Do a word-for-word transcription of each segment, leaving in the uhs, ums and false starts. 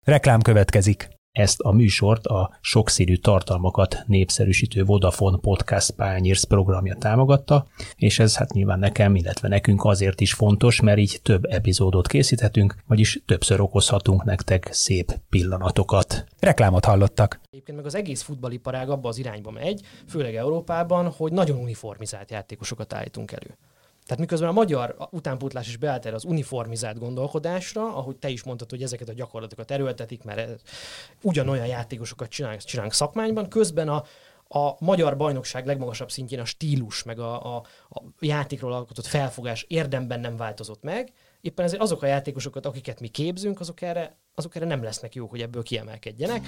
Reklám következik. Ezt a műsort a sokszínű tartalmakat népszerűsítő Vodafone Podcast Pioneers programja támogatta, és ez hát nyilván nekem, illetve nekünk azért is fontos, mert így több epizódot készíthetünk, vagyis többször okozhatunk nektek szép pillanatokat. Reklámot hallottak. Egyébként meg az egész futballiparág abba az irányba megy, főleg Európában, hogy nagyon uniformizált játékosokat állítunk elő. Tehát miközben a magyar utánpótlás is beállt erre az uniformizált gondolkodásra, ahogy te is mondtad, hogy ezeket a gyakorlatokat erőltetik, mert ugyanolyan játékosokat csinálunk, csinálunk szakmányban, közben a, a magyar bajnokság legmagasabb szintjén a stílus, meg a, a, a játékról alkotott felfogás érdemben nem változott meg. Éppen ezért azok a játékosokat, akiket mi képzünk, azok erre, azok erre nem lesznek jók, hogy ebből kiemelkedjenek.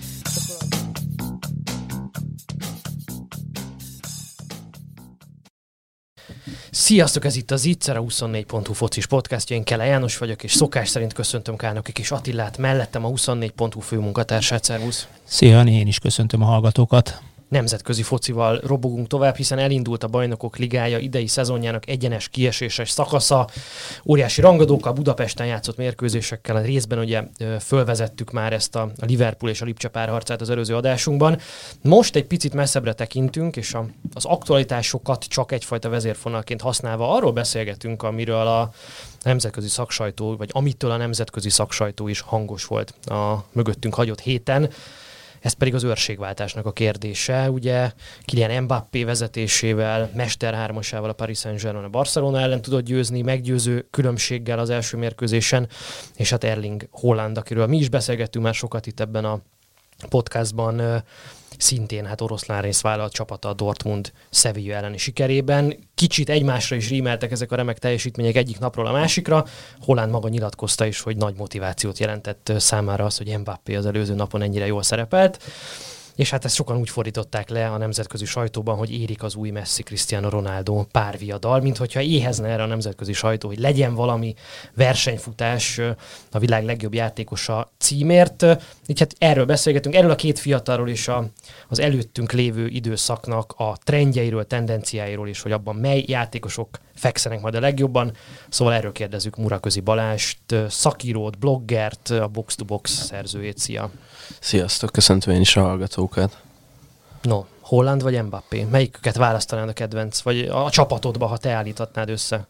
Sziasztok, ez itt az Ittszer, a huszonnégy pont hu focis podcastja, én Kele János vagyok, és szokás szerint köszöntöm Kálnoki és Attilát, mellettem a huszonnégy pont hu főmunkatársát, szervusz! Szia, én is köszöntöm a hallgatókat! Nemzetközi focival robogunk tovább, hiszen elindult a Bajnokok Ligája idei szezonjának egyenes kieséses szakasza. Óriási rangadókkal, Budapesten játszott mérkőzésekkel, a részben ugye fölvezettük már ezt a Liverpool és a Lipcse párharcát az előző adásunkban. Most egy picit messzebbre tekintünk, és a, az aktualitásokat csak egyfajta vezérfonalként használva arról beszélgetünk, amiről a nemzetközi szaksajtó, vagy amitől a nemzetközi szaksajtó is hangos volt a mögöttünk hagyott héten. Ez pedig az őrségváltásnak a kérdése. Ugye Kylian Mbappé vezetésével, Mester hármasával a Paris Saint-Germain a Barcelona ellen tudott győzni, meggyőző különbséggel az első mérkőzésen, és hát Erling Haaland, akiről mi is beszélgettünk már sokat itt ebben a podcastban, szintén hát oroszlán részt vállalt csapata a Dortmund Sevilla elleni sikerében. Kicsit egymásra is rímeltek ezek a remek teljesítmények egyik napról a másikra. Haaland maga nyilatkozta is, hogy nagy motivációt jelentett számára az, hogy Mbappé az előző napon ennyire jól szerepelt. És hát ezt sokan úgy fordították le a nemzetközi sajtóban, hogy érik az új Messi Cristiano Ronaldo párviadal, mint hogyha éhezne erre a nemzetközi sajtó, hogy legyen valami versenyfutás a világ legjobb játékosa címért. Így hát erről beszélgetünk, erről a két fiatalról és a, az előttünk lévő időszaknak a trendjeiről, tendenciáiról is, hogy abban mely játékosok fekszenek majd a legjobban. Szóval erről kérdezzük Muraközi Balást, szakírót, bloggert, a Box to Box szerzőjét. Szia! Sziasztok, köszöntöm én is a hallgatókat. No, Haaland vagy Mbappé? Melyiküket választanád a kedvenc? Vagy a csapatodba, ha te állíthatnád össze?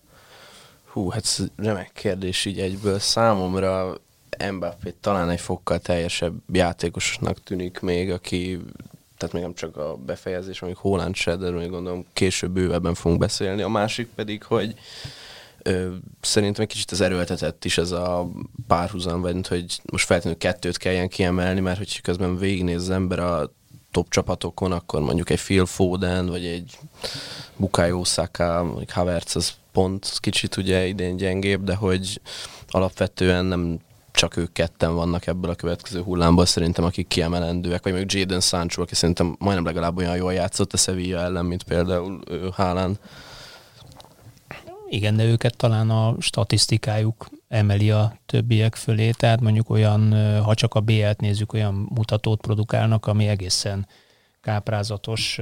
Hú, hát ez remek kérdés így egyből. Számomra Mbappé talán egy fokkal teljesebb játékosnak tűnik még, aki, tehát még nem csak a befejezés, amíg Haaland se, de még gondolom később bővebben fogunk beszélni. A másik pedig, hogy Ö, szerintem egy kicsit az erőltetett is ez a párhuzam, vagy hogy most feltétlenül kettőt kelljen kiemelni, mert hogy közben végignéz az ember a top csapatokon, akkor mondjuk egy Phil Foden, vagy egy Bukayo Saka, vagy Havertz, az pont kicsit ugye idén gyengébb, de hogy alapvetően nem csak ők ketten vannak ebből a következő hullámból, szerintem akik kiemelendőek, vagy mondjuk Jadon Sancho, aki szerintem majdnem legalább olyan jól játszott a Sevilla ellen, mint például Haaland. Igen, de őket talán a statisztikájuk emeli a többiek fölé, tehát mondjuk olyan, ha csak a bé el-t nézzük, olyan mutatót produkálnak, ami egészen káprázatos.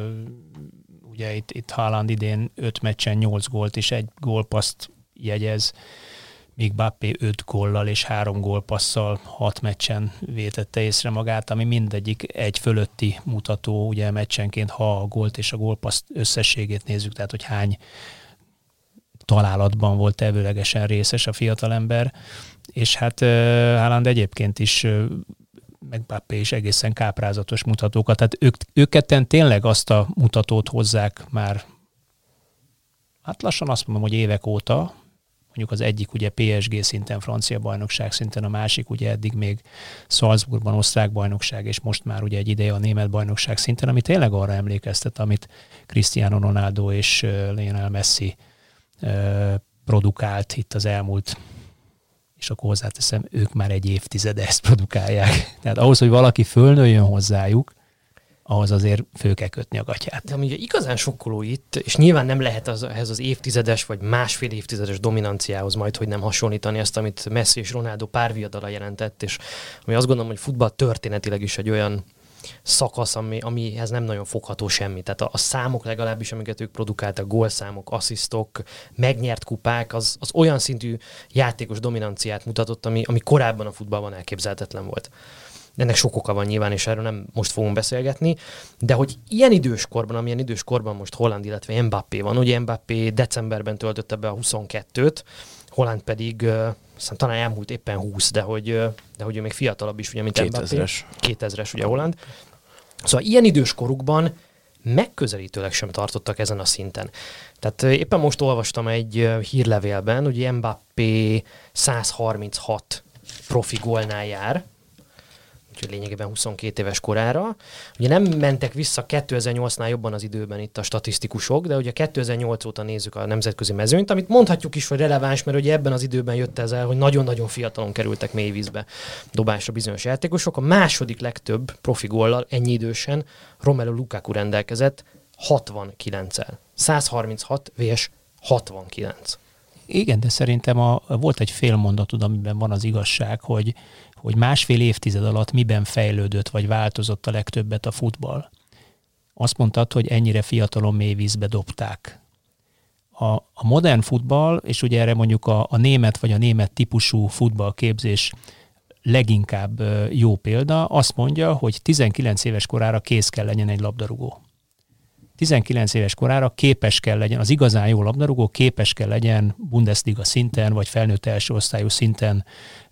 Ugye itt, itt Haaland idén öt meccsen nyolc gólt és egy gólpasszt jegyez, míg Mbappé öt góllal és három gólpasszal hat meccsen vétette észre magát, ami mindegyik egy fölötti mutató, ugye meccsenként, ha a gólt és a gólpaszt összességét nézzük, tehát hogy hány találatban volt tevőlegesen részes a fiatalember, és hát Haaland egyébként is, meg Mbappé is egészen káprázatos mutatókat, tehát ők, ők ketten tényleg azt a mutatót hozzák már, hát lassan azt mondom, hogy évek óta, mondjuk az egyik ugye pé es gé szinten, francia bajnokság szinten, a másik ugye eddig még Salzburgban osztrák bajnokság, és most már ugye egy ideje a német bajnokság szinten, ami tényleg arra emlékeztet, amit Cristiano Ronaldo és Lionel Messi produkált itt az elmúlt, és akkor hozzáteszem, ők már egy évtizede ezt produkálják. Tehát ahhoz, hogy valaki fölnőjön hozzájuk, ahhoz azért fő kell kötni a gatyát. De ami ugye igazán sokkoló itt, és nyilván nem lehet az, ehhez az évtizedes vagy másfél évtizedes dominanciához majd, hogy nem hasonlítani ezt, amit Messi és Ronaldo párviadala jelentett, és ami azt gondolom, hogy futball történetileg is egy olyan szakasz, ami, amihez nem nagyon fogható semmi. Tehát a, a számok legalábbis, amiket ők produkáltak, gólszámok, asszisztok, megnyert kupák, az, az olyan szintű játékos dominanciát mutatott, ami, ami korábban a futballban elképzelhetetlen volt. Ennek sok oka van nyilván, és erről nem most fogunk beszélgetni, de hogy ilyen időskorban, amilyen időskorban most Haaland, illetve Mbappé van, ugye Mbappé decemberben töltötte be a huszonkettőt, Haaland pedig uh, aztán talán elmúlt éppen húsz, de hogy, uh, de hogy ő még fiatalabb is, ugye, mint kétezres. Mbappé. kétezres, ugye Haaland. Szóval ilyen időskorukban megközelítőleg sem tartottak ezen a szinten. Tehát uh, éppen most olvastam egy uh, hírlevélben, hogy Mbappé száz harminchat profi gólnál jár, úgyhogy lényegében huszonkét éves korára. Ugye nem mentek vissza kétezer-nyolcnál jobban az időben itt a statisztikusok, de ugye kétezer-nyolc óta nézzük a nemzetközi mezőnyt, amit mondhatjuk is, hogy releváns, mert ugye ebben az időben jött ez el, hogy nagyon-nagyon fiatalon kerültek mélyvízbe dobásra bizonyos játékosok. A második legtöbb profi góllal ennyi idősen Romelu Lukaku rendelkezett hatvankilenccel. száz harminchat vs hatvankilenc. Igen, de szerintem a, volt egy fél mondatod, amiben van az igazság, hogy, hogy másfél évtized alatt miben fejlődött, vagy változott a legtöbbet a futball. Azt mondtad, hogy ennyire fiatalon mélyvízbe dobták. A, a modern futball, és ugye erre mondjuk a, a német, vagy a német típusú futballképzés leginkább jó példa, azt mondja, hogy tizenkilenc éves korára kész kell legyen egy labdarúgó. tizenkilenc éves korára képes kell legyen, az igazán jó labdarúgó képes kell legyen Bundesliga szinten, vagy felnőtt első osztályú szinten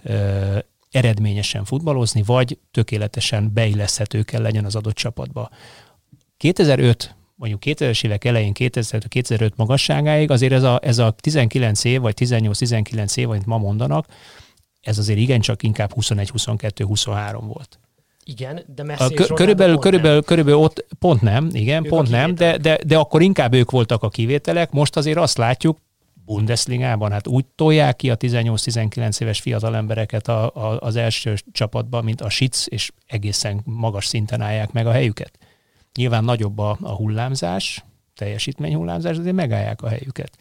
ö, eredményesen futballozni, vagy tökéletesen beilleszthető kell legyen az adott csapatba. kétezer-öt, mondjuk kétezres évek elején, kétezer-öt magasságáig azért ez a, ez a tizenkilenc év, vagy tizennyolc-tizenkilenc év, amit ma mondanak, ez azért igencsak inkább huszonegy, huszonkettő, huszonhárom volt. Igen, de Messi A, és Ronaldo körülbelül, pont körülbelül, nem. körülbelül ott pont nem, igen, Ők pont nem, de, de, de akkor inkább ők voltak a kivételek. Most azért azt látjuk, Bundesligában, hát úgy tolják ki a tizennyolc-tizenkilenc éves fiatal embereket a, a, az első csapatba, mint a Sic, és egészen magas szinten állják meg a helyüket. Nyilván nagyobb a, a hullámzás, teljesítményhullámzás, azért megállják a helyüket.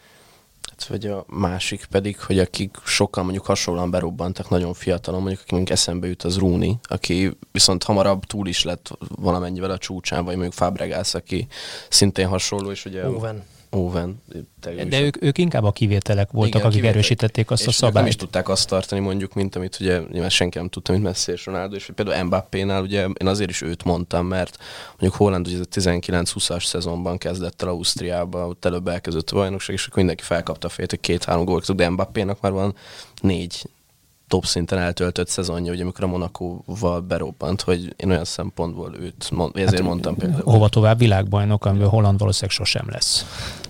Hát, vagy a másik pedig, hogy akik sokkal mondjuk hasonlóan berobbantak nagyon fiatalon, mondjuk aki mondjuk eszembe jut az Rooney, aki viszont hamarabb túl is lett valamennyivel a csúcsán, vagy mondjuk Fabregas, aki szintén hasonló, és ugye... Owen. Owen. De ők, ők inkább a kivételek voltak, igen, akik kivételek. Erősítették azt és a szabályt. Nem is tudták azt tartani mondjuk, mint amit ugye nyilván senki nem tudta, mint Messi és Ronaldo, és például Mbappénál ugye én azért is őt mondtam, mert mondjuk Haaland ugye a tizenkilenc-húszas szezonban kezdett el Ausztriába, ott előbb elkezdett a bajnokság, és akkor mindenki felkapta a fejét, hogy két-három gólt, de Mbappénak már van négy top szinten eltöltött szezonja, ugye amikor a Monacóval berobbant, hogy én olyan szempontból őt mond, ezért hát, mondtam például. Hova tovább világbajnok, amiből Haaland valószínűleg sosem lesz.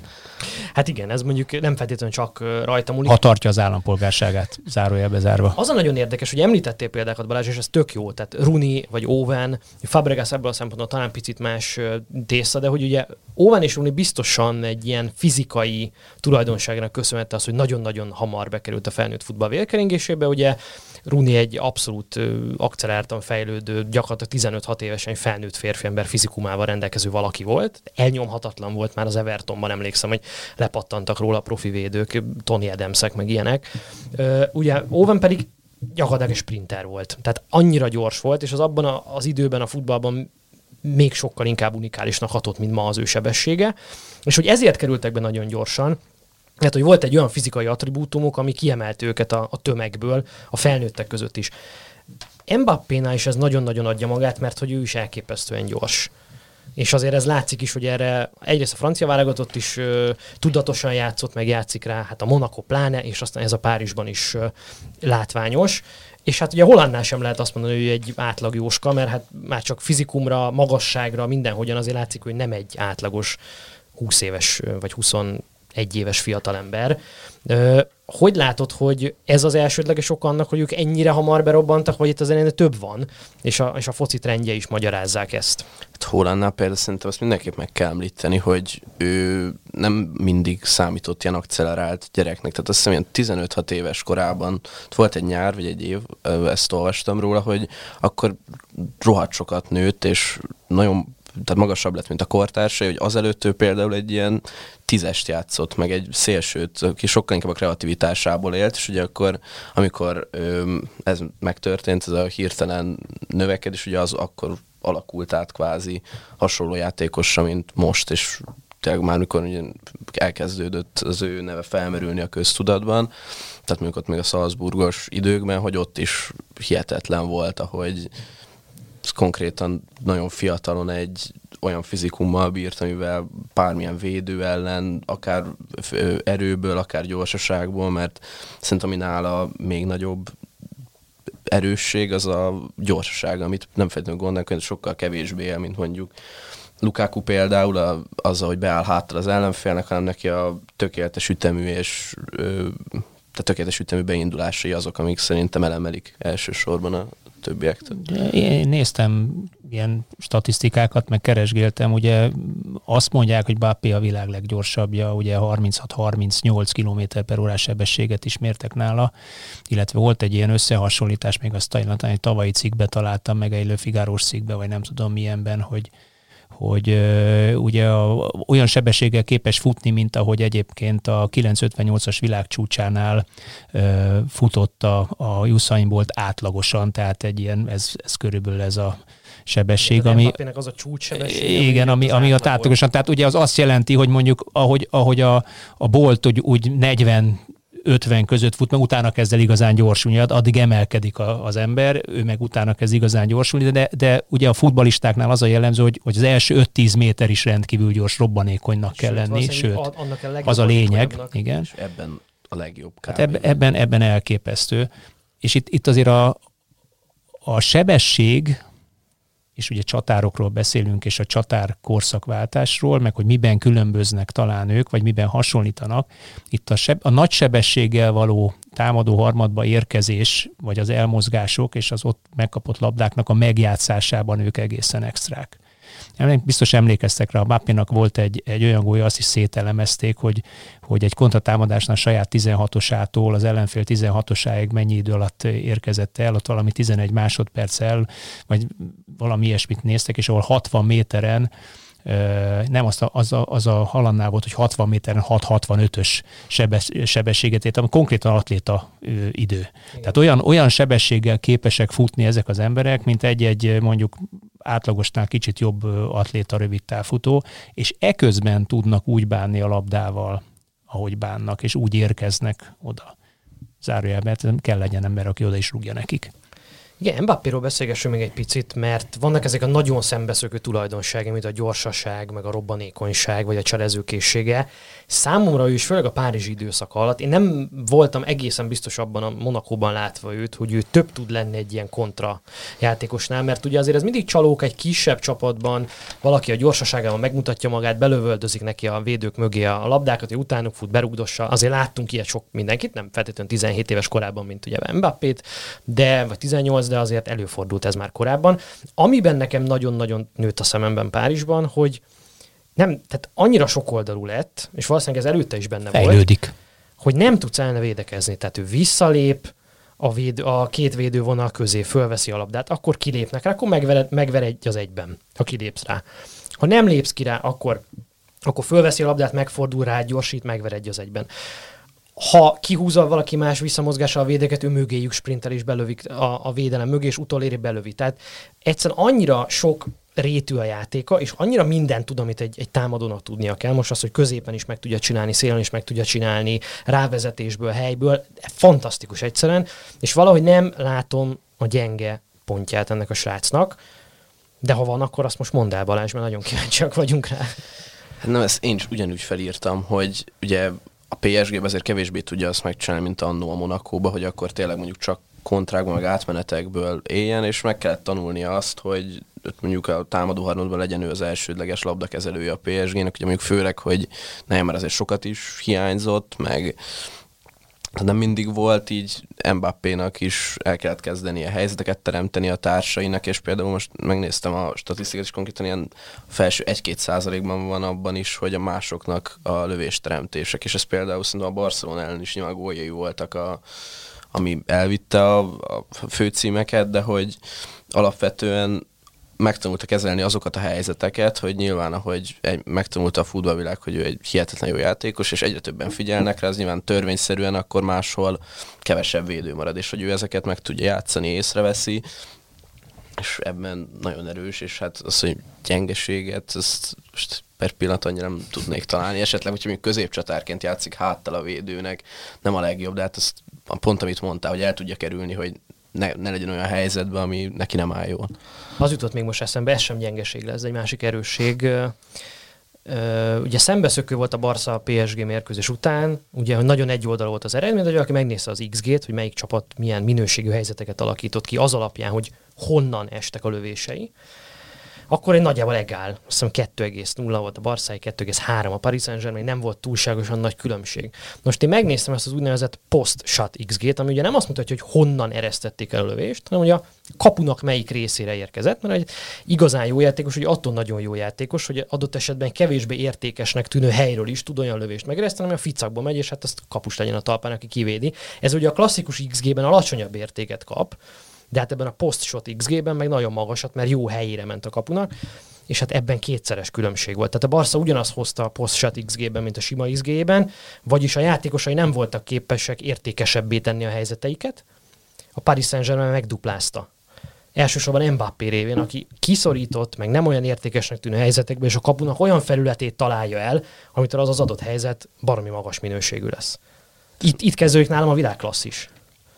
Hát igen, ez mondjuk nem feltétlenül csak rajta múlik. Ha tartja az állampolgárságát, zárójelbe zárva. Az a nagyon érdekes, hogy említettél példákat, Balázs, és ez tök jó, tehát Rooney vagy Owen, Fabregas ebből a szempontból talán picit más tészta, de hogy ugye Owen és Rooney biztosan egy ilyen fizikai tulajdonságnak köszönhette az, hogy nagyon-nagyon hamar bekerült a felnőtt futball vérkeringésébe, ugye Rooney egy abszolút akceleráltan fejlődő, gyakorlatilag tizenöt-hat évesen felnőtt férfi ember fizikumával rendelkező valaki volt. Elnyomhatatlan volt már az Evertonban, emlékszem, hogy lepattantak róla profi védők, Tony Adamsek, meg ilyenek. Ugye Owen pedig gyakorlatilag egy sprinter volt. Tehát annyira gyors volt, és az abban a, az időben a futballban még sokkal inkább unikálisnak hatott, mint ma az ő sebessége. És hogy ezért kerültek be nagyon gyorsan, hát, hogy volt egy olyan fizikai attribútumok, ami kiemelt őket a, a tömegből, a felnőttek között is. Mbappénál is ez nagyon-nagyon adja magát, mert hogy ő is elképesztően gyors. És azért ez látszik is, hogy erre egyrészt a francia válogatott is ö, tudatosan játszott, meg játszik rá, hát a Monaco pláne, és aztán ez a Párizsban is ö, látványos. És hát ugye Hollandnál sem lehet azt mondani, hogy ő egy átlag jóska, mert hát már csak fizikumra, magasságra, mindenhogyan azért látszik, hogy nem egy átlagos húsz éves vagy huszonegy éves fiatalember. Ö, hogy látod, hogy ez az elsődleges ok annak, hogy ők ennyire hamar berobbantak, vagy itt azért ennél több van, és a, és a foci trendje is magyarázzák ezt? Hát Haalandnál például szerintem azt mindenképp meg kell említeni, hogy ő nem mindig számított ilyen accelerált gyereknek. Tehát azt hiszem, ilyen tizenöt-hat éves korában, volt egy nyár, vagy egy év, ezt olvastam róla, hogy akkor rohadt sokat nőtt, és nagyon tehát magasabb lett, mint a kortársai, hogy azelőtt ő például egy ilyen tízest játszott, meg egy szélsőt, aki sokkal inkább a kreativitásából élt, és ugye akkor, amikor ö, ez megtörtént, ez a hirtelen növekedés, ugye az akkor alakult át kvázi hasonló játékosra, mint most, és tényleg már mikor ugye elkezdődött az ő neve felmerülni a köztudatban, tehát mondjuk ott még a Salzburgos időkben, hogy ott is hihetetlen volt, ahogy konkrétan nagyon fiatalon egy olyan fizikummal bírt, amivel bármilyen védő ellen, akár erőből, akár gyorsaságból, mert szerintem ami nála még nagyobb erősség, az a gyorsaság, amit nem feltétlenül gondolnak, hogy sokkal kevésbé él, mint mondjuk Lukaku például a, azzal, hogy beáll hátra az ellenfélnek, hanem neki a tökéletes ütemű és ö, a tökéletes ütemű beindulásai azok, amik szerintem elemelik elsősorban a többiektől. Én néztem ilyen statisztikákat, meg keresgéltem, ugye azt mondják, hogy Mbappé a világ leggyorsabbja, ugye harminchat harmincnyolc kilométer per órás sebességet is mértek nála, illetve volt egy ilyen összehasonlítás, még azt talán egy tavalyi cikkbe találtam, meg egy Le Figaro-s cikkbe, vagy nem tudom milyenben, hogy hogy uh, ugye a, olyan sebességgel képes futni, mint ahogy egyébként a kilencszázötvennyolcas világcsúcsánál uh, futott a, a Usain Bolt átlagosan, tehát egy ilyen, ez, ez körülbelül ez a sebesség, de ami... az a csúcssebesség. Igen, ami, ami a átlagosan, tehát ugye az azt jelenti, hogy mondjuk ahogy, ahogy a, a Bolt úgy, úgy negyven ötven között fut, meg utána kezd el igazán gyorsulni, addig emelkedik a, az ember, ő meg utána kezd igazán gyorsulni, de, de ugye a futballistáknál az a jellemző, hogy, hogy az első öt-tíz méter is rendkívül gyors, robbanékonynak kell lenni, sőt, sőt az a lényeg. Igen. És ebben a legjobb hát ebben, ebben, ebben elképesztő. És itt, itt azért a, a sebesség, és ugye csatárokról beszélünk, és a csatár korszakváltásról, meg hogy miben különböznek talán ők, vagy miben hasonlítanak. Itt a, seb- a nagy sebességgel való támadó harmadba érkezés, vagy az elmozgások, és az ott megkapott labdáknak a megjátszásában ők egészen extrák. Biztos emlékeztek rá, a Mbappénak volt egy, egy olyan gólja, azt is szételemezték, hogy, hogy egy kontratámadásnál saját tizenhatosától az ellenfél tizenhatosáig mennyi idő alatt érkezett el, ott valami tizenegy másodperccel, vagy valami ilyesmit néztek, és ahol hatvan méteren, nem az a, az a, az a halannál volt, hogy hatvan méteren hat hatvanötös sebes, sebességet ért, ami konkrétan atléta ö, idő. Igen. Tehát olyan, olyan sebességgel képesek futni ezek az emberek, mint egy-egy mondjuk átlagosnál kicsit jobb atléta rövid távfutó, és eközben tudnak úgy bánni a labdával, ahogy bánnak, és úgy érkeznek oda. Zárójelben, mert kell legyen ember, aki oda is rúgja nekik. Igen, Mbappéról beszélgessünk még egy picit, mert vannak ezek a nagyon szembeszökő tulajdonságai, mint a gyorsaság, meg a robbanékonyság, vagy a cselezőkészsége. Számomra ő is, főleg a párizsi időszak alatt, én nem voltam egészen biztos abban a Monakóban látva őt, hogy ő több tud lenni egy ilyen kontra játékosnál, mert ugye azért ez mindig csalók egy kisebb csapatban, valaki a gyorsaságával megmutatja magát, belövöldözik neki a védők mögé a labdákat, hogy utánuk fut, berugdossa. Azért láttunk ilyet sok mindenkit, nem feltétlenül tizenhét éves korában, mint ugye Mbappét, de vagy tizennyolc, de azért előfordult ez már korábban. Amiben nekem nagyon-nagyon nőtt a szememben Párizsban, hogy nem, tehát annyira sokoldalú lett, és valószínűleg ez előtte is benne Fejlődik. volt, hogy nem tudsz elne védekezni. Tehát ő visszalép, a, védő, a két védővonal közé fölveszi a labdát, akkor kilépnek rá, akkor megver, megver egy az egyben, ha kilépsz rá. Ha nem lépsz ki rá, akkor, akkor fölveszi a labdát, megfordul rá, gyorsít, megver egy az egyben. Ha kihúzza valaki más visszamozgással a védeket, ő mögéjük sprintel és belövik a, a védelem mögé, és utoléri belövi. Tehát egyszerűen annyira sok rétű a játéka, és annyira mindent tud, amit egy, egy támadónak tudnia kell. Most az, hogy középen is meg tudja csinálni, szélen is meg tudja csinálni, rávezetésből, helyből. Fantasztikus egyszerűen, és valahogy nem látom a gyenge pontját ennek a srácnak, de ha van, akkor azt most mondd el, Balázs, mert nagyon kíváncsiak vagyunk rá. Hát nem, ezt én is ugyanúgy felírtam, hogy ugye a pé es gé azért kevésbé tudja azt megcsinálni, mint annó a Monakóba, hogy akkor tényleg mondjuk csak kontrákban, meg átmenetekből éljen, és meg kellett tanulnia azt, hogy mondjuk a támadó harmadban legyen ő az elsődleges labdakezelője a pé es gének, ugye mondjuk főleg, hogy nem, mert azért sokat is hiányzott, meg nem mindig volt, így Mbappénak is el kellett kezdeni a helyzeteket teremteni a társainak, és például most megnéztem a statisztikát, és konkrétan ilyen felső egy-két százalékban van abban is, hogy a másoknak a lövésteremtések, és ez például szerintem a Barcelona ellen is nyilván góljai voltak, a, ami elvitte a, a főcímeket, de hogy alapvetően megtanulta kezelni azokat a helyzeteket, hogy nyilván, ahogy egy, megtanulta a futballvilág, hogy ő egy hihetetlen jó játékos, és egyre többen figyelnek rá, az nyilván törvényszerűen akkor máshol kevesebb védő marad, és hogy ő ezeket meg tudja játszani, észreveszi, és ebben nagyon erős, és hát az, hogy gyengeséget, ezt most per pillanat annyira nem tudnék találni. Esetleg, hogyha még középcsatárként játszik háttal a védőnek, nem a legjobb, de hát azt pont amit mondtál, hogy el tudja kerülni, hogy ne, ne legyen olyan helyzetben, ami neki nem áll jól. Az jutott még most eszembe, ez sem gyengeség lesz, egy másik erősség. Uh, ugye szembeszökő volt a Barca a pé es gé mérkőzés után, ugye hogy nagyon egyoldalú volt az eredmény, de hogy aki megnézte az iksz gét, hogy melyik csapat milyen minőségű helyzeteket alakított ki az alapján, hogy honnan estek a lövései, akkor egy nagyjából egál. Azt hiszem kettő egész nulla volt a Barcáig, kettő egész három a Paris Saint-Germain, nem volt túlságosan nagy különbség. Most én megnéztem ezt az úgynevezett post-shot iksz gét, ami ugye nem azt mutatja, hogy honnan eresztették el a lövést, hanem hogy a kapunak melyik részére érkezett, mert egy igazán jó játékos, hogy attól nagyon jó játékos, hogy adott esetben kevésbé értékesnek tűnő helyről is tud olyan lövést megereszteni, ami a ficakba megy, és hát azt kapus legyen a talpán, aki kivédi. Ez ugye a klasszikus iksz gében alacsonyabb értéket kap, de hát ebben a post-shot iksz gében meg nagyon magasat, mert jó helyére ment a kapunak, és hát ebben kétszeres különbség volt. Tehát a Barca ugyanazt hozta a post-shot iksz gében, mint a sima iksz gében, vagyis a játékosai nem voltak képesek értékesebbé tenni a helyzeteiket, a Paris Saint-Germain megduplázta. Elsősorban Mbappé révén, aki kiszorított, meg nem olyan értékesnek tűnő helyzetekben, és a kapunak olyan felületét találja el, amitől az az adott helyzet baromi magas minőségű lesz. Itt, itt kezdődik nálam a világklasszis.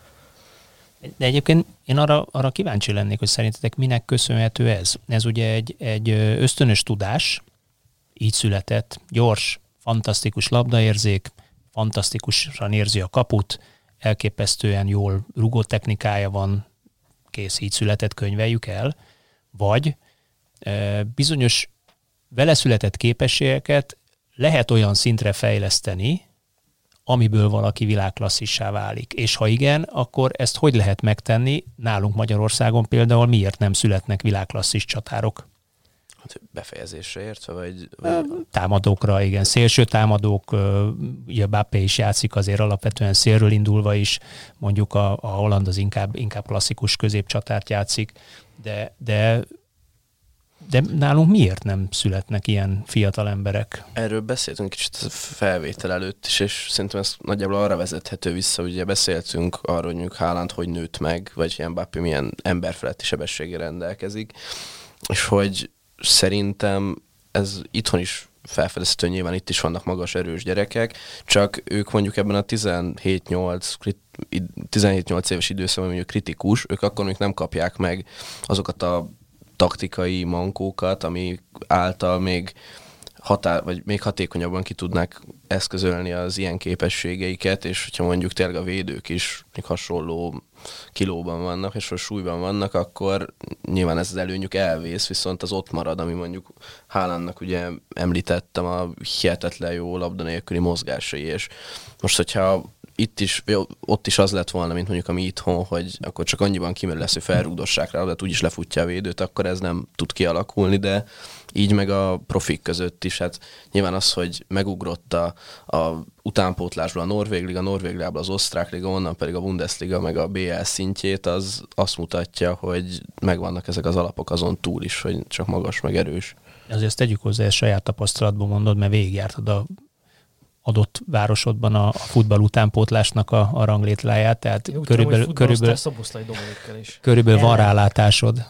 De egyébként én arra, arra kíváncsi lennék, hogy szerintetek minek köszönhető ez. Ez ugye egy, egy ösztönös tudás, így született, gyors, fantasztikus labdaérzék, fantasztikusan érzi a kaput, elképesztően jól rugó technikája van, kész, így született, könyveljük el, vagy e, bizonyos vele született képességeket lehet olyan szintre fejleszteni, amiből valaki világklasszissá válik. És ha igen, akkor ezt hogy lehet megtenni? Nálunk Magyarországon például miért nem születnek világklasszis csatárok? Hát befejezésre értve, vagy... vagy... Támadókra, igen. Szélső támadók, ugye Mbappé is játszik azért alapvetően szélről indulva is, mondjuk a, a holland az inkább, inkább klasszikus középcsatárt játszik, de, de De nálunk miért nem születnek ilyen fiatal emberek? Erről beszéltünk kicsit a felvétel előtt is, és szerintem ez nagyjából arra vezethető vissza, ugye beszéltünk arról, hogy mondjuk Haaland hogy nőtt meg, vagy Mbappé milyen emberfeletti sebességgel rendelkezik, és hogy szerintem ez itthon is felfedezhető, nyilván itt is vannak magas, erős gyerekek, csak ők mondjuk ebben a tizenhét nyolc éves időszakban mondjuk kritikus, ők akkor még nem kapják meg azokat a taktikai mankókat, ami által még, határ, vagy még hatékonyabban ki tudnák eszközölni az ilyen képességeiket, és hogyha mondjuk tényleg a védők is még hasonló kilóban vannak, és súlyban vannak, akkor nyilván ez az előnyük elvész, viszont az ott marad, ami mondjuk Haalandnak ugye említettem, a hihetetlen jó labda nélküli mozgásai, és most, hogyha itt is, ott is az lett volna, mint mondjuk a mi itthon, hogy akkor csak annyiban kimerül lesz, hogy felrúgdossák rá, de úgyis lefutja a védőt, akkor ez nem tud kialakulni, de így meg a profik között is. Hát nyilván az, hogy megugrott a, a utánpótlásból a Norvég Liga, a Norvég Ligából az Osztrák Liga, onnan pedig a Bundesliga, meg a bé el szintjét, az azt mutatja, hogy megvannak ezek az alapok azon túl is, hogy csak magas, meg erős. Azért ezt tegyük hozzá, ezt saját tapasztalatból mondod, mert végigjártad a adott városodban a futball utánpótlásnak a, a ranglétláját, tehát Én körülbelül, tudom, körülbelül, körülbelül van rálátásod.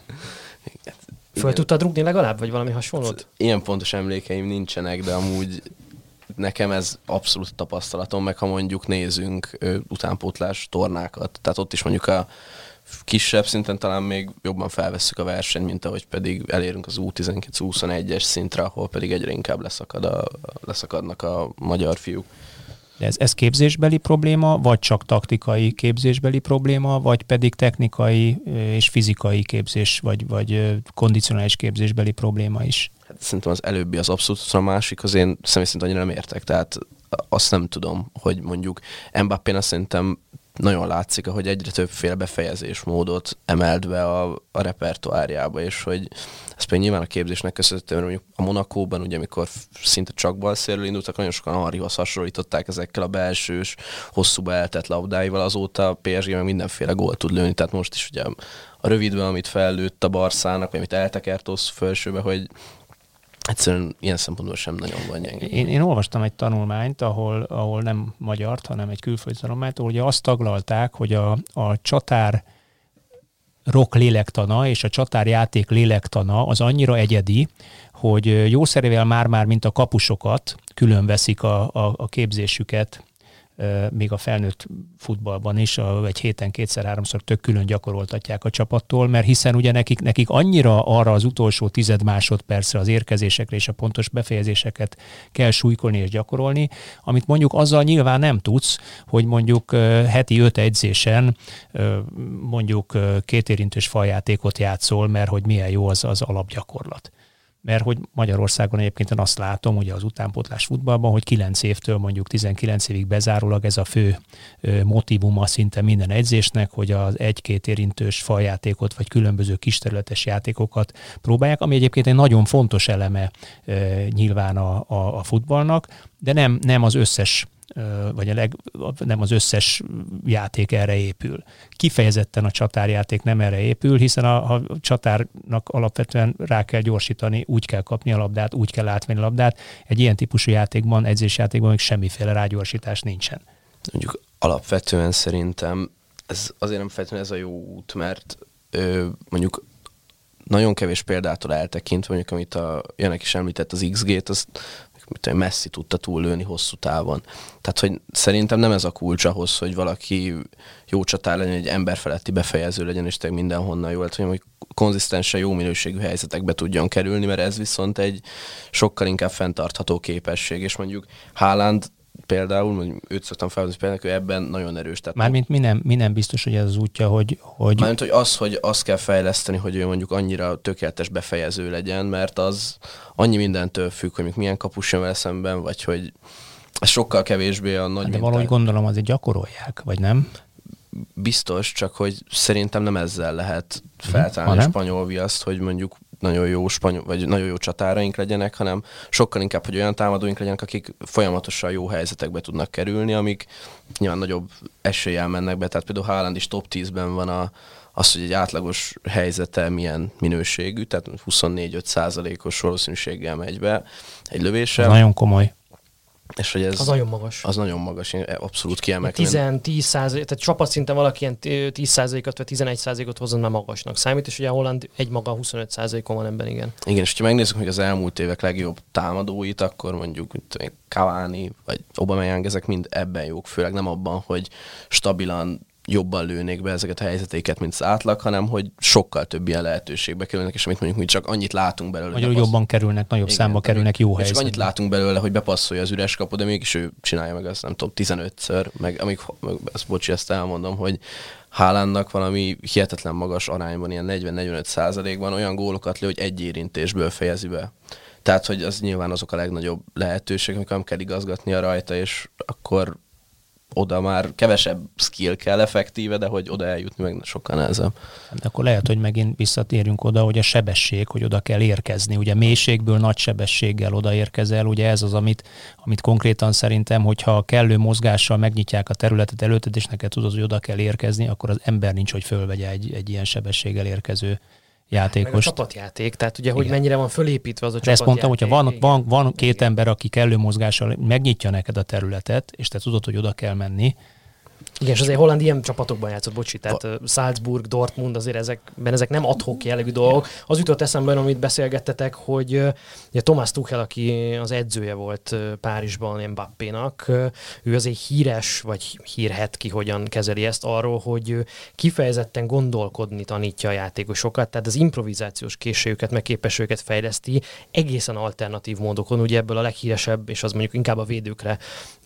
Föl tudtad rúgni legalább, vagy valami hasonlót? Ilyen pontos emlékeim nincsenek, de amúgy nekem ez abszolút tapasztalatom, meg ha mondjuk nézünk ö, utánpótlás tornákat, tehát ott is mondjuk a kisebb szinten talán még jobban felvesszük a versenyt, mint ahogy pedig elérünk az U tizenkét huszonegyes szintre, ahol pedig egyre inkább leszakad a, leszakadnak a magyar fiúk. De ez, ez képzésbeli probléma, vagy csak taktikai képzésbeli probléma, vagy pedig technikai és fizikai képzés, vagy, vagy kondicionális képzésbeli probléma is? Hát szerintem az előbbi az abszolút, a másik, az én személy szerint annyira nem értek, tehát azt nem tudom, hogy mondjuk Mbappén azt szerintem nagyon látszik, hogy egyre többféle befejezésmódot emelt be a, a repertoárjába, és hogy ez pedig nyilván a képzésnek köszönhető, mert mondjuk a Monakóban, ugye amikor szinte csak balszélről indultak, nagyon sokan Henryhoz hasonlították ezekkel a belsős, hosszúba eltett labdáival, azóta a pé es gé meg mindenféle gólt tud lőni, tehát most is ugye a rövidben, amit fellőtt a Barszának, vagy amit eltekert osz felsőbe, hogy egyszerűen ilyen szempontból sem nagyon van gyenge. Én, én olvastam egy tanulmányt, ahol, ahol nem magyart, hanem egy külföldi tanulmányt, ahol ugye azt taglalták, hogy a, a csatár rock lélektana és a csatárjáték lélektana az annyira egyedi, hogy jószerével már-már, mint a kapusokat, külön veszik a, a, a képzésüket, még a felnőtt futballban is, a, egy héten kétszer-háromszor tök külön gyakoroltatják a csapattól, mert hiszen ugye nekik, nekik annyira arra az utolsó tized másodpercre az érkezésekre és a pontos befejezéseket kell súlykolni és gyakorolni, amit mondjuk azzal nyilván nem tudsz, hogy mondjuk heti öt edzésen mondjuk kétérintős faljátékot játszol, mert hogy milyen jó az, az alapgyakorlat. Mert hogy Magyarországon egyébként én azt látom, ugye az utánpótlás futballban, hogy kilenc évtől mondjuk tizenkillenc évig bezárólag ez a fő motívuma szinte minden edzésnek, hogy az egy-két érintős faljátékot vagy különböző kisterületes játékokat próbálják, ami egyébként egy nagyon fontos eleme nyilván a, a, a futballnak, de nem, nem az összes vagy a leg, nem az összes játék erre épül. Kifejezetten a csatárjáték nem erre épül, hiszen a, a csatárnak alapvetően rá kell gyorsítani, úgy kell kapni a labdát, úgy kell átvenni a labdát. Egy ilyen típusú játékban, edzésjátékban még semmiféle rágyorsítás nincsen. Mondjuk alapvetően szerintem ez azért nem feltétlenül ez a jó út, mert ö, mondjuk nagyon kevés példától eltekintve, mondjuk amit a Janek is említett, az iksz gét, az Messi tudta túllőni hosszú távon. Tehát, hogy szerintem nem ez a kulcs ahhoz, hogy valaki jó csatár legyen, egy emberfeletti befejező legyen, és tényleg mindenhonnan jól, hogy konzisztensen jó minőségű helyzetekbe tudjon kerülni, mert ez viszont egy sokkal inkább fenntartható képesség, és mondjuk Haaland például, mondjuk őt szoktam felhozni például, ő ebben nagyon erős. Mármint mi nem, mi nem biztos, hogy ez az útja, hogy... hogy... Mármint, hogy az, hogy azt kell fejleszteni, hogy ő mondjuk annyira tökéletes befejező legyen, mert az annyi mindentől függ, hogy milyen kapus jön vele szemben, vagy hogy ez sokkal kevésbé a nagy De minták. valahogy gondolom azért gyakorolják, vagy nem? Biztos, csak hogy szerintem nem ezzel lehet feltálni a spanyol viaszt, hogy mondjuk nagyon jó spanyol, vagy nagyon jó csatáraink legyenek, hanem sokkal inkább, hogy olyan támadóink legyenek, akik folyamatosan jó helyzetekbe tudnak kerülni, amik nyilván nagyobb eséllyel mennek be. Tehát például Haaland is top tízben van a, az, hogy egy átlagos helyzete milyen minőségű, tehát huszonnégy-öt százalékos valószínűséggel megy be egy lövéssel. Ez nagyon komoly. És hogy ez, az nagyon magas. Az nagyon magas, én abszolút kiemelem. tíz százalék, tehát csapatszinten valaki ilyen tíz százalékot vagy tizenegy százalékot hozzon, már magasnak számít, és ugye a Holland egymaga huszonöt százalékon van ebben, igen. Igen, és ha megnézzük, hogy az elmúlt évek legjobb támadóit, akkor mondjuk Cavani vagy Aubameyang, ezek mind ebben jók, főleg nem abban, hogy stabilan jobban lőnék be ezeket a helyzetéket, mint az átlag, hanem hogy sokkal több ilyen lehetőségbe kerülnek, és amit mondjuk mi csak annyit látunk belőle. Magyarul jobban kerülnek, nagyobb igen, számba kerülnek jó helyzetben. Csak annyit látunk belőle, hogy bepasszolja az üres kaput, de mégis ő csinálja meg azt, nem tudom, tizenötször, meg amíg, meg, ezt, bocsi, ezt elmondom, hogy Haalandnak valami hihetetlen magas arányban, ilyen negyven-negyvenöt százalékban olyan gólokat lő, hogy egy érintésből fejezi be. Tehát, hogy az nyilván azok a legnagyobb lehetőségek, amikor nem kell igazgatnia rajta, és akkor oda már kevesebb skill kell effektíve, de hogy oda eljutni meg sokkal nehezebb. De akkor lehet, hogy megint visszatérünk oda, hogy a sebesség, hogy oda kell érkezni. Ugye mélységből nagy sebességgel odaérkezel, ugye ez az, amit, amit konkrétan szerintem, hogyha kellő mozgással megnyitják a területet előtted, és neked tudod, hogy oda kell érkezni, akkor az ember nincs, hogy fölvegye egy, egy ilyen sebességgel érkező játékos. Meg a csapatjáték, tehát ugye, hogy igen, mennyire van fölépítve az a csapatjáték. Ezt mondtam, hogyha van, van, van két igen, ember, aki kellő mozgással megnyitja neked a területet, és te tudod, hogy oda kell menni. Igen, és azért Holland ilyen csapatokban játszott, bocsi, tehát a... Salzburg, Dortmund, azért ezekben ezek nem ad-hoc jellegű dolgok. Az jutott eszembe, amit beszélgettetek, hogy ugye Thomas Tuchel, aki az edzője volt Párizsban Mbappénak, ő azért híres, vagy hírhet ki, hogyan kezeli ezt arról, hogy kifejezetten gondolkodni tanítja a játékosokat, tehát az improvizációs készségüket, meg képességüket fejleszti egészen alternatív módokon. Ugye ebből a leghíresebb, és az mondjuk inkább a védőkre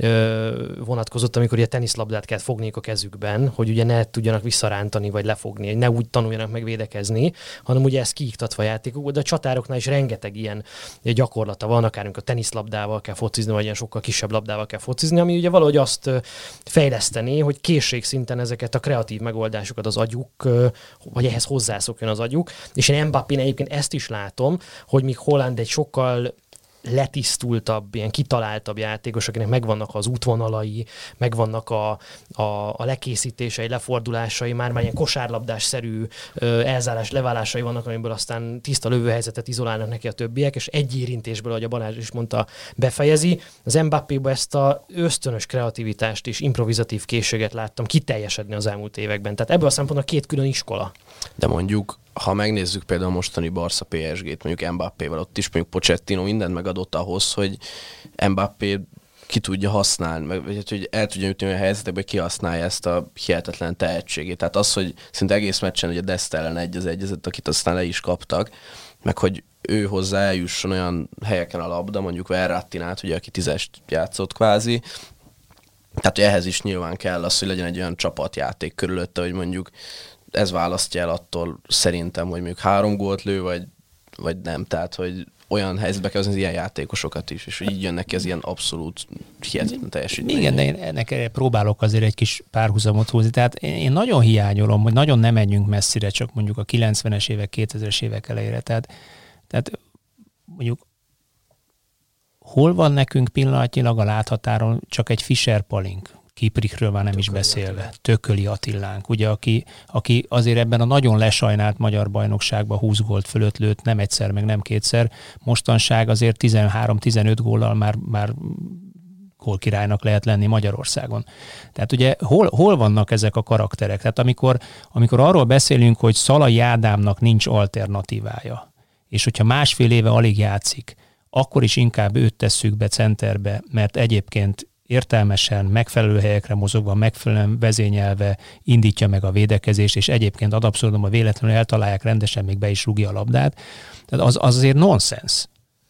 vonatkozott, amikor ugye teniszlabdát kell fogniuk a kezükben, hogy ugye ne tudjanak visszarántani, vagy lefogni, hogy ne úgy tanuljanak meg védekezni, hanem ugye ez kiiktatva a játékokból, de a csatároknál is rengeteg ilyen gyakorlata van, akár a teniszlabdával kell focizni, vagy ilyen sokkal kisebb labdával kell focizni, ami ugye valahogy azt fejleszteni, hogy készségszinten ezeket a kreatív megoldásokat az agyuk, vagy ehhez hozzászokjon az agyuk, és én Mbappén egyébként ezt is látom, hogy míg Holland egy sokkal letisztultabb, ilyen kitaláltabb játékos, akinek megvannak az útvonalai, megvannak a, a, a lekészítései, lefordulásai, már már ilyen kosárlabdás-szerű elzárás, leválásai vannak, amiből aztán tiszta lövőhelyzetet izolálnak neki a többiek, és egy érintésből, ahogy a Balázs is mondta, befejezi. Az Mbappéban ezt a ösztönös kreativitást és improvizatív készséget láttam kiteljesedni az elmúlt években. Tehát ebből a szempontból két külön iskola. De mondjuk, ha megnézzük például a mostani Barca pé es gét, mondjuk Mbappéval, ott is mondjuk Pochettino mindent megadott ahhoz, hogy Mbappé ki tudja használni, meg, vagy hogy el tudja jutni olyan helyzetekbe, kihasználja ezt a hihetetlen tehetségét. Tehát az, hogy szinte egész meccsen ugye Dest ellen egy az egyezett, akit aztán le is kaptak, meg hogy ő hozzá eljusson olyan helyeken a labda, mondjuk Verrattinát, ugye, aki tízest játszott kvázi. Tehát, hogy ehhez is nyilván kell az, hogy legyen egy olyan csapatjáték körülötte, hogy mondjuk ez választja el attól szerintem, hogy mondjuk három gólt lő, vagy, vagy nem. Tehát, hogy olyan helyzetbe kell az ilyen játékosokat is, és így jönnek ki az ilyen abszolút hihetetlen teljesítmény. Igen, de én ennek próbálok azért egy kis párhuzamot húzni. Tehát én nagyon hiányolom, hogy nagyon nem menjünk messzire, csak mondjuk a kilencvenes évek, kétezres évek elejére. Tehát, tehát mondjuk hol van nekünk pillanatnyilag a láthatáron csak egy Fischer Palink, Kiprikről már nem Tököli is beszélve, Attila. Tököli Attilánk, ugye, aki, aki azért ebben a nagyon lesajnált magyar bajnokságban húsz gólt fölött lőtt, nem egyszer, meg nem kétszer. Mostanság azért tizenhárom-tizenöt góllal már, már gólkirálynak lehet lenni Magyarországon. Tehát ugye hol, hol vannak ezek a karakterek? Tehát amikor, amikor arról beszélünk, hogy Szalai Ádámnak nincs alternatívája, és hogyha másfél éve alig játszik, akkor is inkább őt tesszük be centerbe, mert egyébként értelmesen, megfelelő helyekre mozogva, megfelelően vezényelve indítja meg a védekezést, és egyébként ad abszurdum, a véletlenül eltalálják rendesen, még be is rúgja a labdát. Tehát az, az azért nonsens.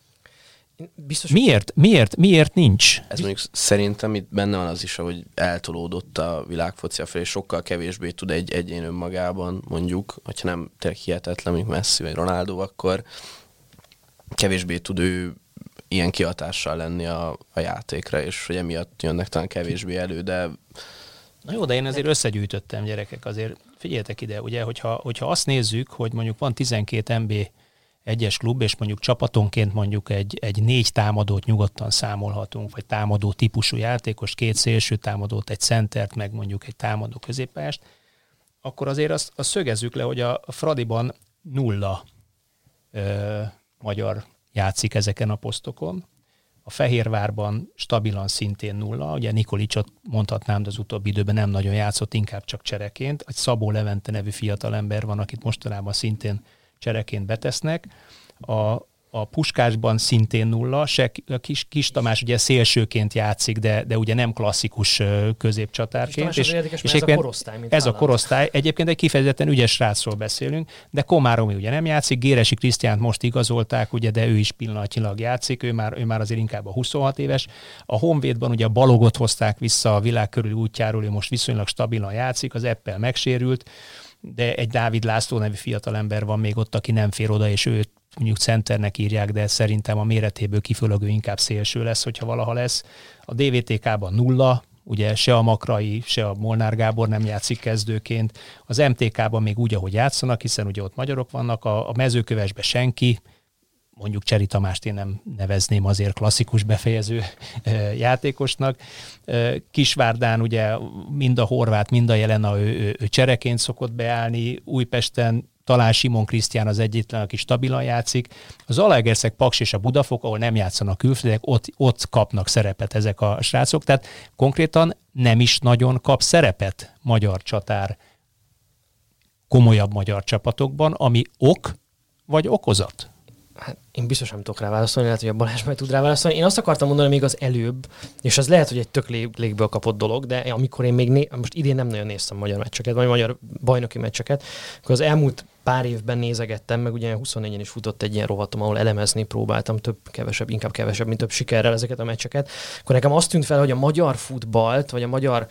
Biztos, miért, miért, miért nincs? Ez mondjuk szerintem itt benne van az is, hogy eltolódott a világfocia felé, sokkal kevésbé tud egy egyén önmagában, mondjuk, hogyha nem tényleg hihetetlen, mondjuk Messi vagy Ronaldo, akkor kevésbé tud ő ilyen kihatással lenni a, a játékra, és hogy emiatt jönnek talán kevésbé elő, de... Na jó, de én azért összegyűjtöttem, gyerekek, azért figyeljetek ide, ugye, hogyha, hogyha azt nézzük, hogy mondjuk van tizenkét em bé egyes klub, és mondjuk csapatonként mondjuk egy, egy négy támadót nyugodtan számolhatunk, vagy támadó típusú játékos, két szélső támadót, egy centert, meg mondjuk egy támadó középpályást, akkor azért azt, azt szögezzük le, hogy a, a Fradiban nulla ö, magyar játszik ezeken a posztokon. A Fehérvárban stabilan szintén nulla, ugye Nikolicsot mondhatnám, de az utóbbi időben nem nagyon játszott, inkább csak csereként. Egy Szabó Levente nevű fiatalember van, akit mostanában szintén csereként betesznek. A, a Puskásban szintén nulla, se, a kis, kis Tamás ugye szélsőként játszik, de, de ugye nem klasszikus középcsatárként. És, és, és ez a korosztály, mint Ez állam. a korosztály. Egyébként egy kifejezetten ügyes srácról beszélünk, de Komáromi ugye nem játszik, Géresi Krisztiánt most igazolták, ugye, de ő is pillanatnyilag játszik, ő már, ő már azért inkább a huszonhat éves. A Honvédban ugye a Balogot hozták vissza a világ körüli útjáról, ő most viszonylag stabilan játszik, az Eppel megsérült, de egy Dávid László nevű fiatalember van még ott, aki nem fér oda, és őt mondjuk centernek írják, de szerintem a méretéből kifolyólag ő inkább szélső lesz, hogyha valaha lesz. A dé vé té ká-ban nulla, ugye se a Makrai, se a Molnár Gábor nem játszik kezdőként. Az em té ká-ban még úgy, ahogy játszanak, hiszen ugye ott magyarok vannak, a, a Mezőkövesben senki, mondjuk Cseri Tamást én nem nevezném azért klasszikus befejező játékosnak. Kisvárdán ugye mind a horvát, mind a Jelena, ő, ő, ő csereként szokott beállni, Újpesten talán Simon Krisztián az egyetlen, aki stabilan játszik. Az Zalaegerszeg, Paks és a Budafok, ahol nem játszanak külföldiek, ott, ott kapnak szerepet ezek a srácok, tehát konkrétan nem is nagyon kap szerepet magyar csatár komolyabb magyar csapatokban, ami ok vagy okozat? Hát én biztos nem tudok rá válaszolni, lehet, hogy a Balázs majd tud rá válaszolni. Én azt akartam mondani még az előbb, és az lehet, hogy egy tök lég, légből kapott dolog, de amikor én még, né- most idén nem nagyon néztem magyar meccseket, vagy magyar bajnoki meccseket, akkor az elmúlt pár évben nézegettem, meg ugye huszonnégyen is futott egy ilyen rovatom, ahol elemezni próbáltam, több, kevesebb, inkább kevesebb, mint több sikerrel ezeket a meccseket. Akkor nekem azt tűnt fel, hogy a magyar futballt, vagy a magyar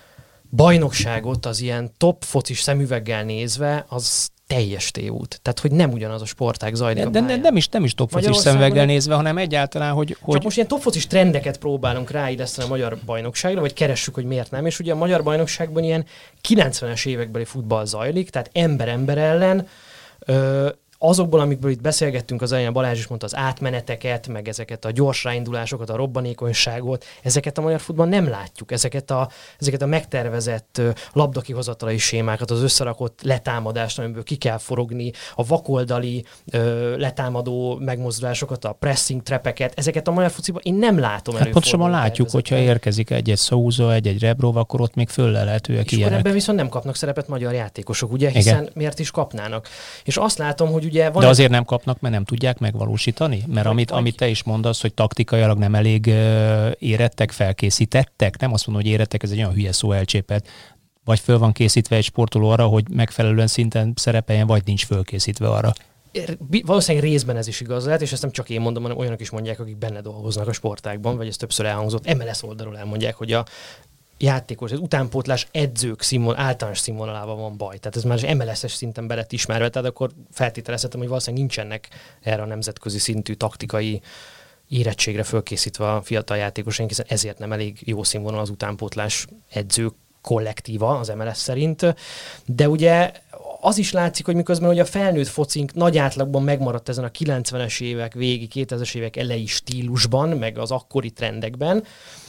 bajnokságot az ilyen top focis szemüveggel nézve, az teljes tévút. Tehát, hogy nem ugyanaz a sportág zajlik de, a de, de nem is, nem is top focis szemüveggel nézve, hanem egyáltalán, hogy... Csak hogy... most ilyen top focis trendeket próbálunk ráilleszteni a magyar bajnokságra, vagy keressük, hogy miért nem. És ugye a magyar bajnokságban ilyen kilencvenes évekbeli futball zajlik, tehát ember ember ellen, ö, azokból, amikből itt beszélgettünk, az elején Balázs is mondta, az átmeneteket, meg ezeket a gyors ráindulásokat, a robbanékonyságot, ezeket a magyar futball nem látjuk, ezeket a, ezeket a megtervezett labdakihozatalai sémákat, az összerakott letámadást, amiből ki kell forogni, a vakoldali ö, letámadó megmozdulásokat, a pressing trepeket, ezeket a magyar fociban én nem látom. Hát pontosan látjuk, hogyha érkezik egy-egy Souza, egy-egy Rebrov, akkor ott még föllelhetőek ilyenek. És ebben viszont nem kapnak szerepet magyar játékosok, ugye, hiszen igen. Miért is kapnának? És azt látom, hogy ugye van. De azért nem kapnak, mert nem tudják megvalósítani? Mert vagy, amit, vagy... amit te is mondasz, hogy taktikailag nem elég uh, érettek, felkészítettek, nem azt mondom, hogy érettek, ez egy olyan hülye szó elcsépelt, vagy föl van készítve egy sportoló arra, hogy megfelelően szinten szerepeljen, vagy nincs fölkészítve arra. Valószínűleg részben ez is igaz lehet, és ezt nem csak én mondom, hanem olyanok is mondják, akik benne dolgoznak a sportágban, vagy ez többször elhangzott. em el es oldalról elmondják, hogy a játékos, az utánpótlás edzők színvon, általános színvonalában van baj. Tehát ez már em el es-es szinten be lett ismerve, tehát akkor feltételezhetem, hogy valószínűleg nincsenek erre a nemzetközi szintű taktikai érettségre fölkészítve a fiatal játékosaink, hiszen ezért nem elég jó színvonal az utánpótlás edzők kollektíva az em el es szerint. De ugye az is látszik, hogy miközben ugye a felnőtt focink nagy átlagban megmaradt ezen a kilencvenes évek végi, kétezres évek elejé stílusban, meg az akkori trendekben,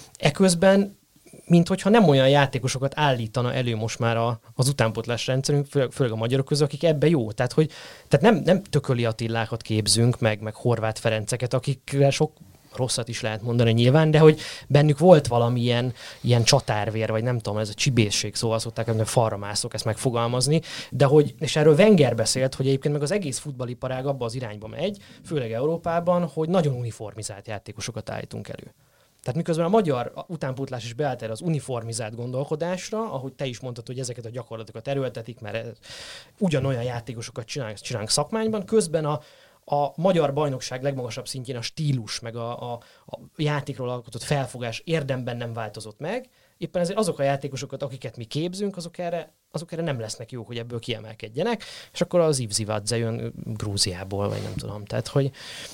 eközben minthogyha nem olyan játékosokat állítana elő most már a, az utánpótlás rendszerünk, főleg, főleg a magyarok közül, akik ebbe jó. Tehát, hogy, tehát nem, nem Tököli Attilákat képzünk, meg, meg Horváth Ferenceket, akikre sok rosszat is lehet mondani nyilván, de hogy bennük volt valamilyen ilyen csatárvér, vagy nem tudom, ez a csibészség, szóval szokták, hogy falra mászok ezt megfogalmazni, de hogy, és erről Wenger beszélt, hogy egyébként meg az egész futballiparág abba az irányba megy, főleg Európában, hogy nagyon uniformizált játékosokat állítunk elő. Tehát miközben a magyar utánpótlás is beállt erre az uniformizált gondolkodásra, ahogy te is mondtad, hogy ezeket a gyakorlatokat erőltetik, mert ugyanolyan játékosokat csinálunk, csinálunk szakmányban, közben a, a magyar bajnokság legmagasabb szintjén a stílus, meg a, a, a játékról alkotott felfogás érdemben nem változott meg. Éppen ezért azok a játékosokat, akiket mi képzünk, azok erre, azok erre nem lesznek jók, hogy ebből kiemelkedjenek, és akkor az Ivzivadze jön Grúziából, vagy nem tudom. Tehát, hogy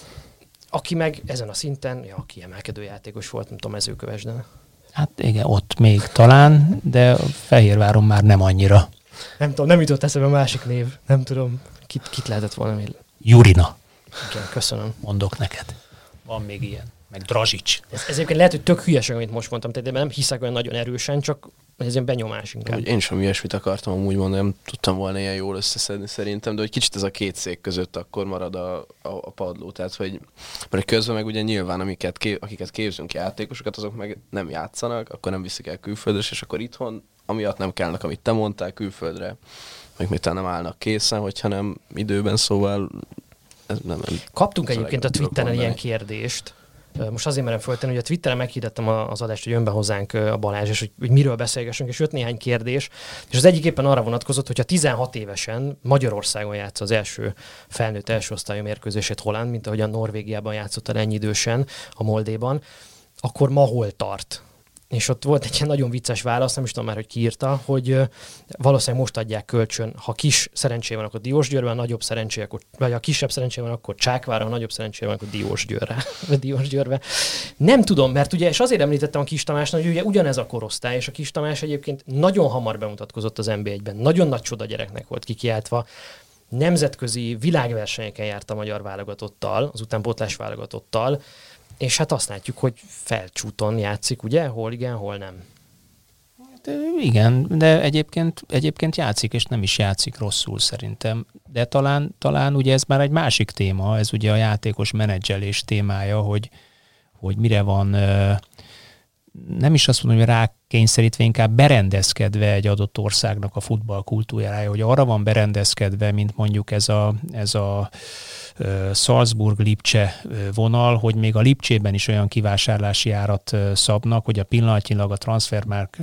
aki meg ezen a szinten, ja, kiemelkedő játékos volt, nem tudom, Mezőkövesden. Hát igen, ott még talán, de Fehérváron már nem annyira. Nem tudom, nem jutott eszembe a másik név. Nem tudom, kit, kit lehetett volna még. Jurina. Igen, köszönöm. Mondok neked. Van még ilyen. Meg Drazsics. Ez, ez egyébként lehet, hogy tök hülyeség, amit most mondtam, tehát nem hiszek olyan nagyon erősen, csak ez ilyen benyomás inkább. Én sem ilyesmit akartam amúgy mondani, nem tudtam volna ilyen jól összeszedni szerintem, de hogy kicsit ez a két szék között akkor marad a, a, a padló. Tehát, hogy mert közben meg ugye nyilván, amiket ké, akiket képzünk játékosokat, azok meg nem játszanak, akkor nem viszik el külföldre, és akkor itthon amiatt nem kellnek, amit te mondtál, külföldre, meg mit nem állnak készen, hogyha nem időben, szóval ez nem, nem Kaptunk egyébként a Twitteren ilyen kérdést. Most azért merem föltenni, hogy a Twitteren meghirdettem az adást, hogy jön be hozzánk a Balázs, és hogy, hogy miről beszélgessünk, és jött néhány kérdés, és az egyik éppen arra vonatkozott, hogyha tizenhat évesen Magyarországon játsza az első felnőtt első osztályú mérkőzését Holland, mint ahogy a Norvégiában játszott ennyi idősen, a Moldéban, akkor ma hol tart? És ott volt egy ilyen nagyon vicces válasz, nem is tudom már, hogy ki írta, hogy valószínűleg most adják kölcsön, ha kis szerencsé van, akkor Diósgyőrben, ha nagyobb szerencsé, akkor, vagy ha kisebb szerencsé van, akkor Csákváron, ha nagyobb szerencsé van, akkor Diósgyőrre, vagy Diósgyőrbe. Nem tudom, mert ugye, és azért említettem a Kis Tamásnak, hogy ugye ugyanez a korosztály, és a Kis Tamás egyébként nagyon hamar bemutatkozott az en bé egyben, nagyon nagy csoda gyereknek volt kikiáltva, nemzetközi világversenyeken járt a magyar válogatottal, az utánpótlás válogatottal, és hát azt látjuk, hogy felcsúton játszik, ugye? Hol igen, hol nem. De igen, de egyébként, egyébként játszik, és nem is játszik rosszul szerintem. De talán, talán ugye ez már egy másik téma, ez ugye a játékos menedzselés témája, hogy, hogy mire van, nem is azt mondom, hogy rákényszerítve, inkább berendezkedve egy adott országnak a futballkultúrája, hogy arra van berendezkedve, mint mondjuk ez a, ez a Salzburg-Lipcse vonal, hogy még a Lipcsében is olyan kivásárlási árat szabnak, hogy a pillanatnyilag a transfermarkt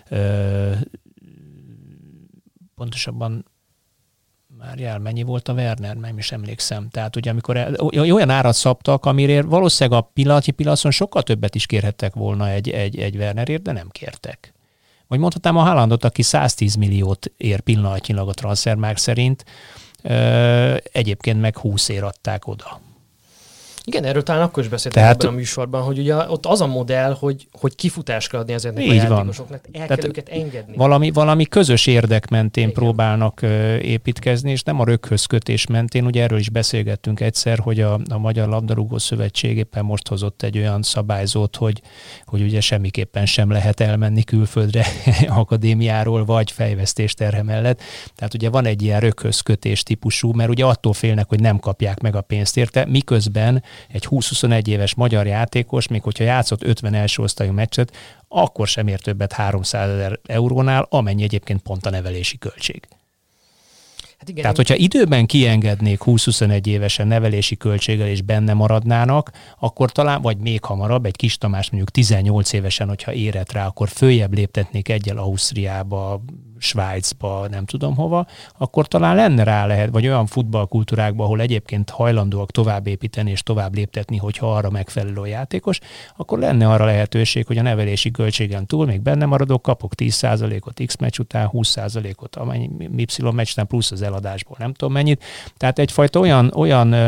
pontosabban már jár, mennyi volt a Werner, nem is emlékszem. Tehát ugye amikor el, olyan árat szabtak, amire valószínűleg a pillanatnyi pillanatban sokkal többet is kérhettek volna egy, egy, egy Wernerért, de nem kértek. Vagy mondhatnám a Haalandot, aki száztíz milliót ér pillanatnyilag a transfermarkt szerint, egyébként meg húszért adták oda. Igen, erről talán akkor is beszéltem Tehát, ebben a műsorban, hogy ugye ott az a modell, hogy, hogy kifutást kell adni ezeknek a játékosoknak, el Tehát kell őket engedni. Valami, valami közös érdek mentén Igen. próbálnak uh, építkezni, és nem a röghöz kötés mentén. Ugye erről is beszélgettünk egyszer, hogy a, a Magyar Labdarúgó Szövetség éppen most hozott egy olyan szabályzót, hogy, hogy ugye semmiképpen sem lehet elmenni külföldre akadémiáról, vagy fejvesztés terhe mellett. Tehát ugye van egy ilyen röghöz kötés típusú, mert ugye attól félnek, hogy nem kapják meg a pénzt érte, miközben egy húsz-huszonegy éves magyar játékos, még hogyha játszott ötven első osztályú meccset, akkor sem ér többet háromszázezer eurónál, amennyi egyébként pont a nevelési költség. Hát igen, Tehát, hogyha időben kiengednék húsz-huszonegy évesen nevelési költséggel és benne maradnának, akkor talán, vagy még hamarabb, egy Kis Tamás mondjuk tizennyolc évesen, hogyha érett rá, akkor följebb léptetnék egyel Ausztriába, Svájcba, nem tudom hova, akkor talán lenne rá lehet, vagy olyan futballkultúrákban, ahol egyébként hajlandóak tovább építeni és tovább léptetni, hogyha arra megfelelő a játékos, akkor lenne arra lehetőség, hogy a nevelési költségen túl még benne maradok, kapok tíz százalékot X meccs után, húsz százalékot amennyi Y meccs után, plusz az eladásból nem tudom mennyit. Tehát egyfajta olyan, olyan, ö,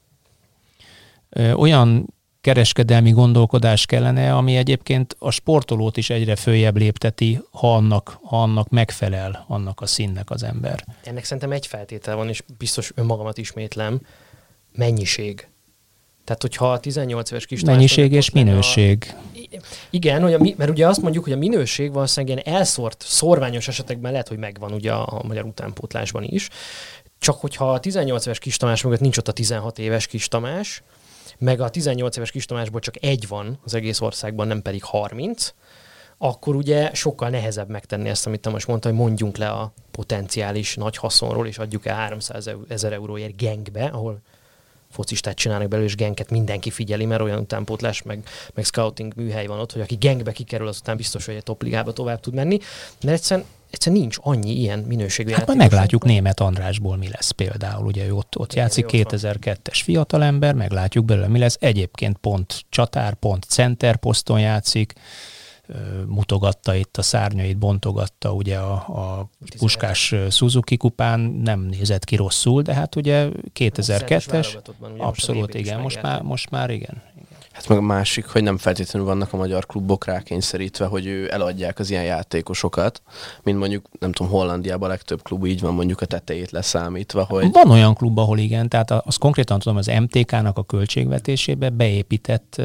ö, olyan kereskedelmi gondolkodás kellene, ami egyébként a sportolót is egyre följebb lépteti, ha annak, ha annak megfelel annak a színnek az ember. Ennek szerintem egy feltétel van, és biztos önmagamat ismétlem, mennyiség. Tehát, hogyha a tizennyolc éves kis mennyiség és minőség. A... Igen, hogy a, mert ugye azt mondjuk, hogy a minőség valószínűleg ilyen elszórt, szorványos esetekben lehet, hogy megvan ugye a magyar utánpótlásban is. Csak hogyha a tizennyolc éves Kis Tamás mögött nincs ott a tizenhat éves Kis Tamás, meg a tizennyolc éves Kis Tamásból csak egy van az egész országban, nem pedig harminc, akkor ugye sokkal nehezebb megtenni ezt, amit te most mondta, hogy mondjunk le a potenciális nagy haszonról, és adjuk el háromszázezer euróért gengbe, ahol focistát csinálnak belőle, és genket mindenki figyeli, mert olyan utánpótlás, meg, meg scouting műhely van ott, hogy aki gengbe kikerül, azután biztos, hogy egy topligába tovább tud menni. De egyszerűen, egyszerűen nincs annyi ilyen minőségű hát játékos. Meglátjuk Németh Andrásból mi lesz például. Ugye ő ott, ott játszik, kétezer-kettes fiatalember, meglátjuk belőle mi lesz. Egyébként pont csatár, pont center poszton játszik, mutogatta itt a szárnyait, bontogatta ugye a, a Puskás Suzuki kupán, nem nézett ki rosszul, de hát ugye kétezer-kettes, abszolút igen, most már, most már igen. Hát meg a másik, hogy nem feltétlenül vannak a magyar klubok rákényszerítve, hogy ő eladják az ilyen játékosokat, mint mondjuk, nem tudom, Hollandiában a legtöbb klub így van, mondjuk a tetejét leszámítva, hogy... Van olyan klub, ahol igen, tehát azt konkrétan tudom, az em té ká-nak a költségvetésébe beépített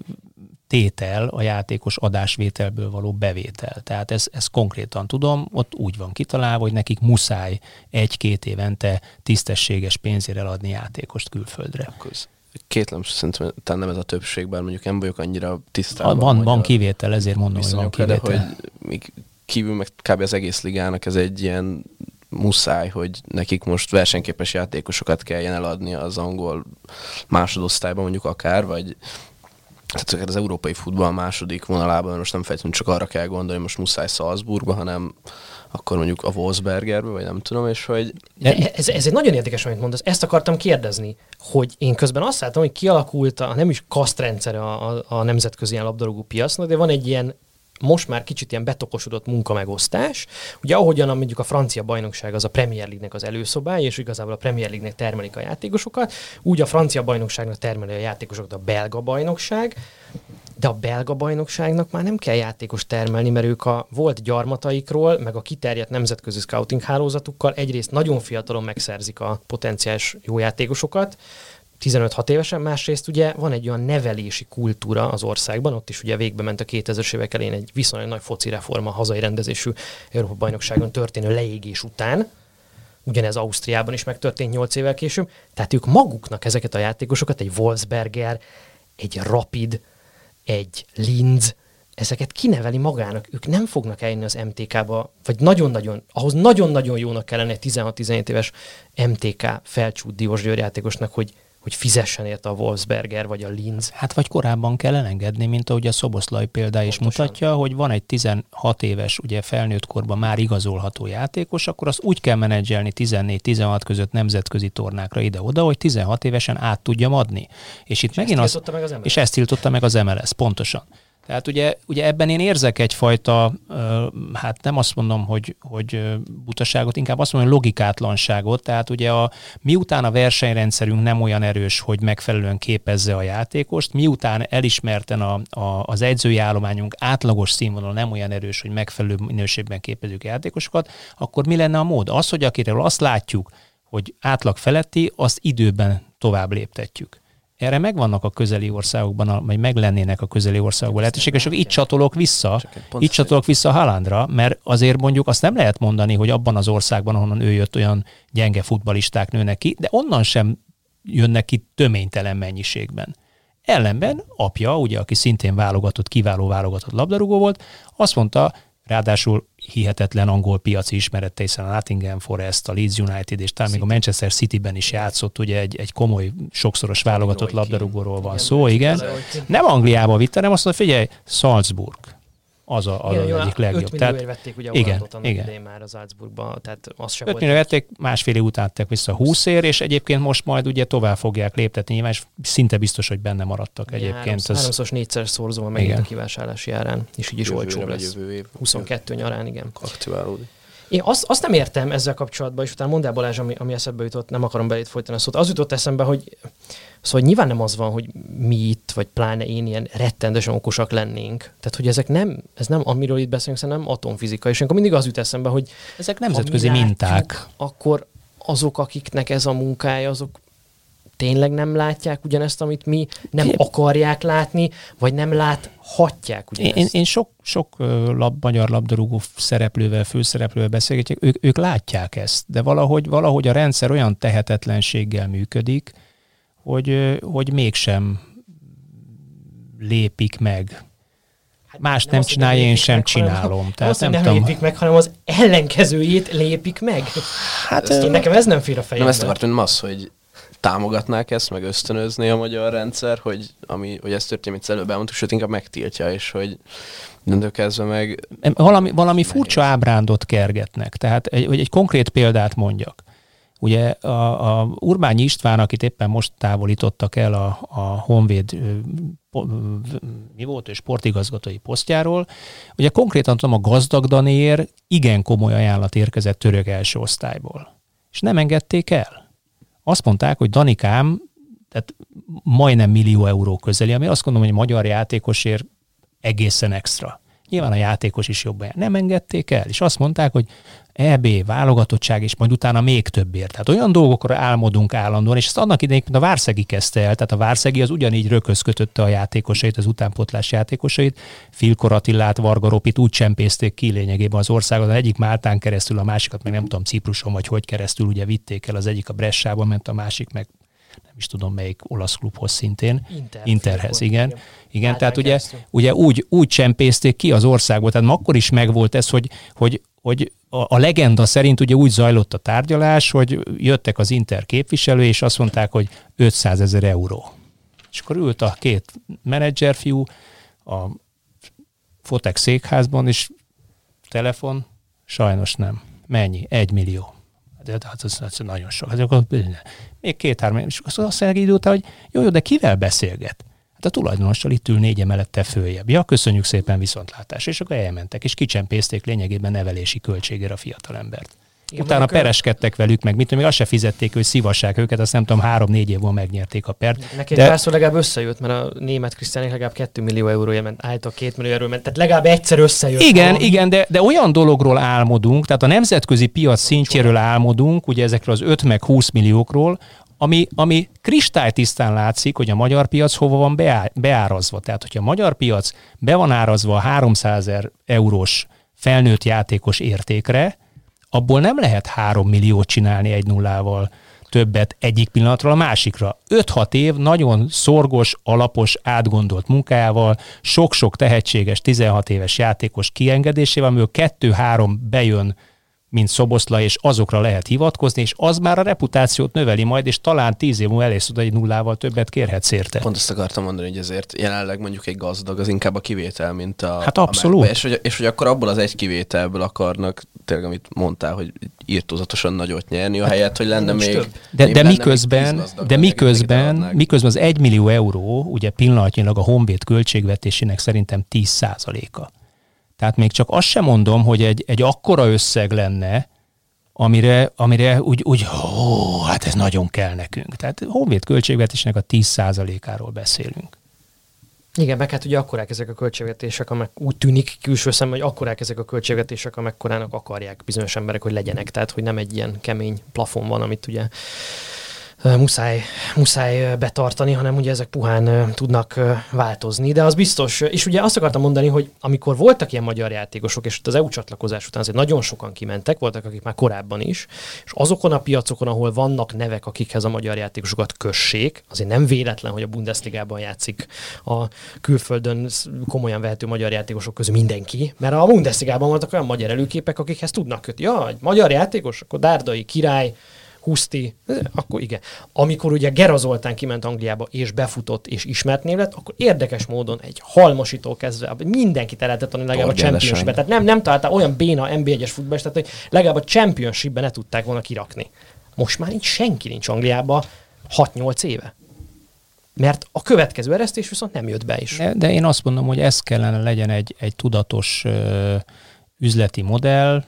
tétel a játékos adásvételből való bevétel. Tehát ez, ez konkrétan tudom, ott úgy van kitalálva, hogy nekik muszáj egy-két évente tisztességes pénzért eladni játékost külföldre. Kétlem, szerintem talán nem ez a többség, bár mondjuk nem vagyok annyira tisztában. Van, van kivétel, ezért mondom, hogy van kivétel. De hogy még kívül meg kb. Az egész ligának ez egy ilyen muszáj, hogy nekik most versenyképes játékosokat kelljen eladni az angol másodosztályban mondjuk akár, vagy tehát az európai futball második vonalában most nem feltétlenül csak arra kell gondolni, hogy most muszáj Salzburgba, hanem akkor mondjuk a Wolfsbergerbe, vagy nem tudom, és hogy... De ez, ez egy nagyon érdekes, amit mondasz. Ezt akartam kérdezni, hogy én közben azt látom, hogy kialakult a nem is kasztrendszere a, a, a nemzetközi labdarúgó piacnak, de van egy ilyen most már kicsit ilyen betokosodott munkamegosztás. Ugye ahogyan mondjuk a francia bajnokság az a Premier League-nek az előszobája, és igazából a Premier League-nek termelik a játékosokat, úgy a francia bajnokságnak termeli a játékosokat a belga bajnokság, de a belga bajnokságnak már nem kell játékos termelni, mert ők a volt gyarmataikról, meg a kiterjedt nemzetközi scouting hálózatukkal egyrészt nagyon fiatalon megszerzik a potenciális jó játékosokat, tizenöt-hat évesen, másrészt ugye van egy olyan nevelési kultúra az országban, ott is ugye végbe ment a kétezres évek elején egy viszonylag nagy foci reform a hazai rendezésű Európa-bajnokságon történő leégés után, ugyanez Ausztriában is megtörtént nyolc évvel később, tehát ők maguknak ezeket a játékosokat, egy Wolfsberger, egy Rapid, egy Linz, ezeket kineveli magának, ők nem fognak eljönni az em té ká-ba, vagy nagyon-nagyon, ahhoz nagyon-nagyon jónak kellene egy tizenhat-tizenhét éves em té ká felcsút Diós Győr játékosnak, hogy hogy fizessen érte a Wolfsberger vagy a Linz. Hát vagy korábban kell elengedni, mint ahogy a Szoboszlai példa is mutatja, hogy van egy tizenhat éves, ugye felnőtt korban már igazolható játékos, akkor azt úgy kell menedzselni tizennégy-tizenhat között nemzetközi tornákra ide-oda, hogy tizenhat évesen át tudjam adni. És itt és megint ezt az, meg az em el es. És ezt tiltotta meg az em el es, pontosan. Tehát ugye, ugye ebben én érzek egyfajta, hát nem azt mondom, hogy, hogy butaságot, inkább azt mondom, hogy logikátlanságot. Tehát ugye a, miután a versenyrendszerünk nem olyan erős, hogy megfelelően képezze a játékost, miután elismerten a, a, az edzői állományunk átlagos színvonal nem olyan erős, hogy megfelelő minőségben képezzük a játékosokat, akkor mi lenne a mód? Az, hogy akiről azt látjuk, hogy átlag feletti, azt időben tovább léptetjük. Erre megvannak a közeli országokban, vagy meg lennének a közeli országokban lehetőségek, és akkor itt csatolok vissza, itt csatolok vissza Haalandra, mert azért mondjuk azt nem lehet mondani, hogy abban az országban, ahonnan ő jött, olyan gyenge futballisták nőnek ki, de onnan sem jönnek ki töménytelen mennyiségben. Ellenben apja, ugye, aki szintén válogatott, kiváló válogatott labdarúgó volt, azt mondta, ráadásul hihetetlen angol piaci ismerete, hiszen a Nottingham Forest, a Leeds United és talán még a Manchester Cityben is játszott, ugye egy, egy komoly, sokszoros válogatott labdarúgóról van szó, igen. Nem Angliába vitte, hanem azt mondta, figyelj, Salzburg. Az a, az igen, az egyik legjobb. öt millióért vették ugye igen, annak idején már az Salzburgba, tehát az sem öt millió vették, másfél év után tettek vissza húszért, és egyébként most majd ugye tovább fogják léptetni, nyilván, és szinte biztos, hogy benne maradtak egyébként. Háromszor, négyszer szorzóval megint a kivásárlási árán, és így is olcsóbb lesz. huszonkettő nyarán, igen. Aktiválódik. Én azt, azt nem értem ezzel kapcsolatban, és utána mondd el, Balázs, ami, ami eszembe jutott, nem akarom belét folytani a szót. Az jutott eszembe, hogy szóval nyilván nem az van, hogy mi itt, vagy pláne én ilyen rettendesen okosak lennénk. Tehát, hogy ezek nem, ez nem, amiről itt beszélünk, szerintem nem atomfizika. És akkor mindig az jut eszembe, hogy ezek nemzetközi minták. Látjuk, akkor azok, akiknek ez a munkája, azok tényleg nem látják ugyanezt, amit mi nem én... akarják látni, vagy nem láthatják ugyanezt. Én, én sok, sok lab, magyar labdarúgó szereplővel, főszereplővel beszélgetek, ők, ők látják ezt, de valahogy, valahogy a rendszer olyan tehetetlenséggel működik, hogy, hogy mégsem lépik meg. Más nem, nem csinálja, én sem meg, csinálom. Hanem, Tehát az, nem, nem tudom. lépik meg, hanem az ellenkezőjét lépik meg. Hát ezt, nekem ez nem fér a fejembe. Nem ezt akartam, nem az, hogy támogatnák ezt, meg ösztönözné a magyar rendszer, hogy, ami, hogy ez történik, mint előbb elmondtuk, sőt inkább megtiltja, és hogy döntő kezdve meg... Valami, valami furcsa ábrándot kergetnek. Tehát, egy, hogy egy konkrét példát mondjak. Ugye a, a Urbányi István, akit éppen most távolítottak el a, a Honvéd mi volt, ő sportigazgatói posztjáról, ugye konkrétan tudom, a Gazdag Daniért igen komoly ajánlat érkezett török első osztályból. És nem engedték el. Azt mondták, hogy Danikám, tehát majdnem millió euró közeli, ami azt gondolom, hogy a magyar játékosért egészen extra. Nyilván a játékos is jobban. Nem engedték el, és azt mondták, hogy é bé, válogatottság, és majd utána még többért. Tehát olyan dolgokra álmodunk állandóan, és ezt annak idején, mint a Várszegi kezdte el, tehát a Várszegi az ugyanígy röközkötötte a játékosait, az utánpótlás játékosait, Filkor Attilát, Varga Ropit úgy csempészték ki lényegében az országot, az egyik Máltán keresztül, a másikat meg nem tudom, Cipruson vagy hogy keresztül ugye vitték el, az egyik a Bressában ment, a másik meg nem is tudom melyik olasz klubhoz szintén. Inter, Interhez, igen. Igen, igen tehát ugye, ugye úgy, úgy csempészték ki az országból, tehát akkor is megvolt ez, hogy, hogy, hogy a, a legenda szerint ugye úgy zajlott a tárgyalás, hogy jöttek az Inter képviselői, és azt mondták, hogy ötszázezer euró. És akkor ült a két menedzserfiú a Fotex székházban, és telefon, sajnos nem. Mennyi? Egy millió. De hát az, az nagyon sok. Hát akkor még két-három, és azt mondja egy idő után, hogy jó, jó, de kivel beszélget? Hát a tulajdonossal itt ül négy emelette följebb. Ja, köszönjük szépen, viszontlátás. És akkor elmentek, és kicsempészték lényegében nevelési költségére a fiatalembert. Igen, utána pereskedtek velük, meg mit, még azt se fizették, hogy szívassák őket, azt nem tudom, három-négy év múlva megnyerték a pert. Neki de... párszor legalább összejött, mert a német Krisztiánik legalább két millió eurója ment, állítólag két millió eurója ment, tehát legalább egyszer összejött. Igen, valami. igen, de, de olyan dologról álmodunk, tehát a nemzetközi piac szintjéről álmodunk, ugye ezekről az öt meg húsz milliókról, ami, ami kristálytisztán látszik, hogy a magyar piac hova van beá, beárazva. Tehát, hogyha a magyar piac be van árazva a háromszázezer eurós felnőtt játékos értékre, abból nem lehet három milliót csinálni egy nullával többet egyik pillanatról a másikra. öt-hat év nagyon szorgos, alapos, átgondolt munkájával, sok-sok tehetséges tizenhat éves játékos kiengedésével, amiből kettő-három bejön mint Szoboszlai, és azokra lehet hivatkozni, és az már a reputációt növeli majd, és talán tíz év múlva elérsz oda, egy nullával többet kérhetsz érte. Pont ezt akartam mondani, hogy ezért jelenleg mondjuk egy gazdag az inkább a kivétel, mint a... Hát abszolút. A és, hogy, és hogy akkor abból az egy kivételből akarnak, tényleg amit mondtál, hogy írtózatosan nagyot nyerni, a hát, helyett, hogy lenne még... Több. De, de lenne miközben, még de miközben, miközben az egy millió euró, ugye pillanatnyilag a Honvéd költségvetésének szerintem tíz százaléka. Tehát még csak azt sem mondom, hogy egy, egy akkora összeg lenne, amire, amire úgy, úgy, ó, hát ez nagyon kell nekünk. Tehát Honvéd költségvetésnek a tíz százalékáról beszélünk. Igen, meg hát ugye akkorák ezek a költségvetések, amek úgy tűnik külső szemmel, hogy akkorák ezek a költségvetések, amekkorának akarják bizonyos emberek, hogy legyenek. Tehát, hogy nem egy ilyen kemény plafon van, amit ugye muszáj, muszáj betartani, hanem ugye ezek puhán tudnak változni. De az biztos, és ugye azt akartam mondani, hogy amikor voltak ilyen magyar játékosok, és az é u csatlakozás után azért nagyon sokan kimentek, voltak akik már korábban is, és azokon a piacokon, ahol vannak nevek, akikhez a magyar játékosokat kössék, azért nem véletlen, hogy a Bundesligában játszik a külföldön komolyan vehető magyar játékosok közül mindenki, mert a Bundesligában voltak olyan magyar előképek, akikhez tudnak kötni. Ja, egy magyar játékos, akkor Dárdai, Király, Huszti, akkor igen. Amikor ugye Gera Zoltán kiment Angliába, és befutott, és ismert név lett, akkor érdekes módon egy Halmositól kezdve mindenkit el lehetett adni legalább a Championship-be. Tehát nem, nem találtál olyan béna en bé egyes futballistet, hogy legalább a Championship-be ne tudták volna kirakni. Most már nincs senki nincs Angliába hat-nyolc éve. Mert a következő eresztés viszont nem jött be is. De, de én azt mondom, hogy ez kellene legyen egy, egy tudatos ö, üzleti modell,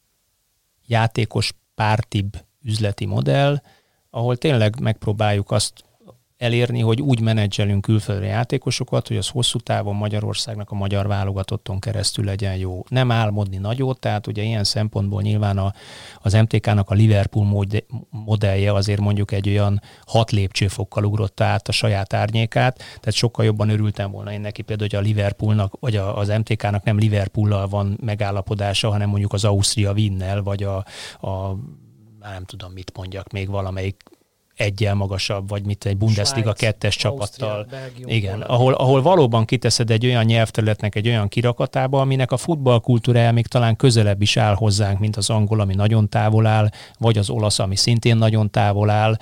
játékos pártibb üzleti modell, ahol tényleg megpróbáljuk azt elérni, hogy úgy menedzselünk külföldi játékosokat, hogy az hosszú távon Magyarországnak a magyar válogatotton keresztül legyen jó. Nem álmodni nagyot, tehát ugye ilyen szempontból nyilván a, az em té ká-nak a Liverpool modellje azért mondjuk egy olyan hat lépcsőfokkal ugrotta át a saját árnyékát, tehát sokkal jobban örültem volna én neki például, hogy a Liverpoolnak, vagy az em té ká-nak nem Liverpoollal van megállapodása, hanem mondjuk az Austria Wiennel, vagy a, a nem tudom, mit mondjak, még valamelyik eggyel magasabb, vagy mit egy Bundesliga Svájc, kettes csapattal. Ausztria, Belgium, igen, ahol, ahol valóban kiteszed egy olyan nyelvterületnek egy olyan kirakatába, aminek a futballkultúrája még talán közelebb is áll hozzánk, mint az angol, ami nagyon távol áll, vagy az olasz, ami szintén nagyon távol áll.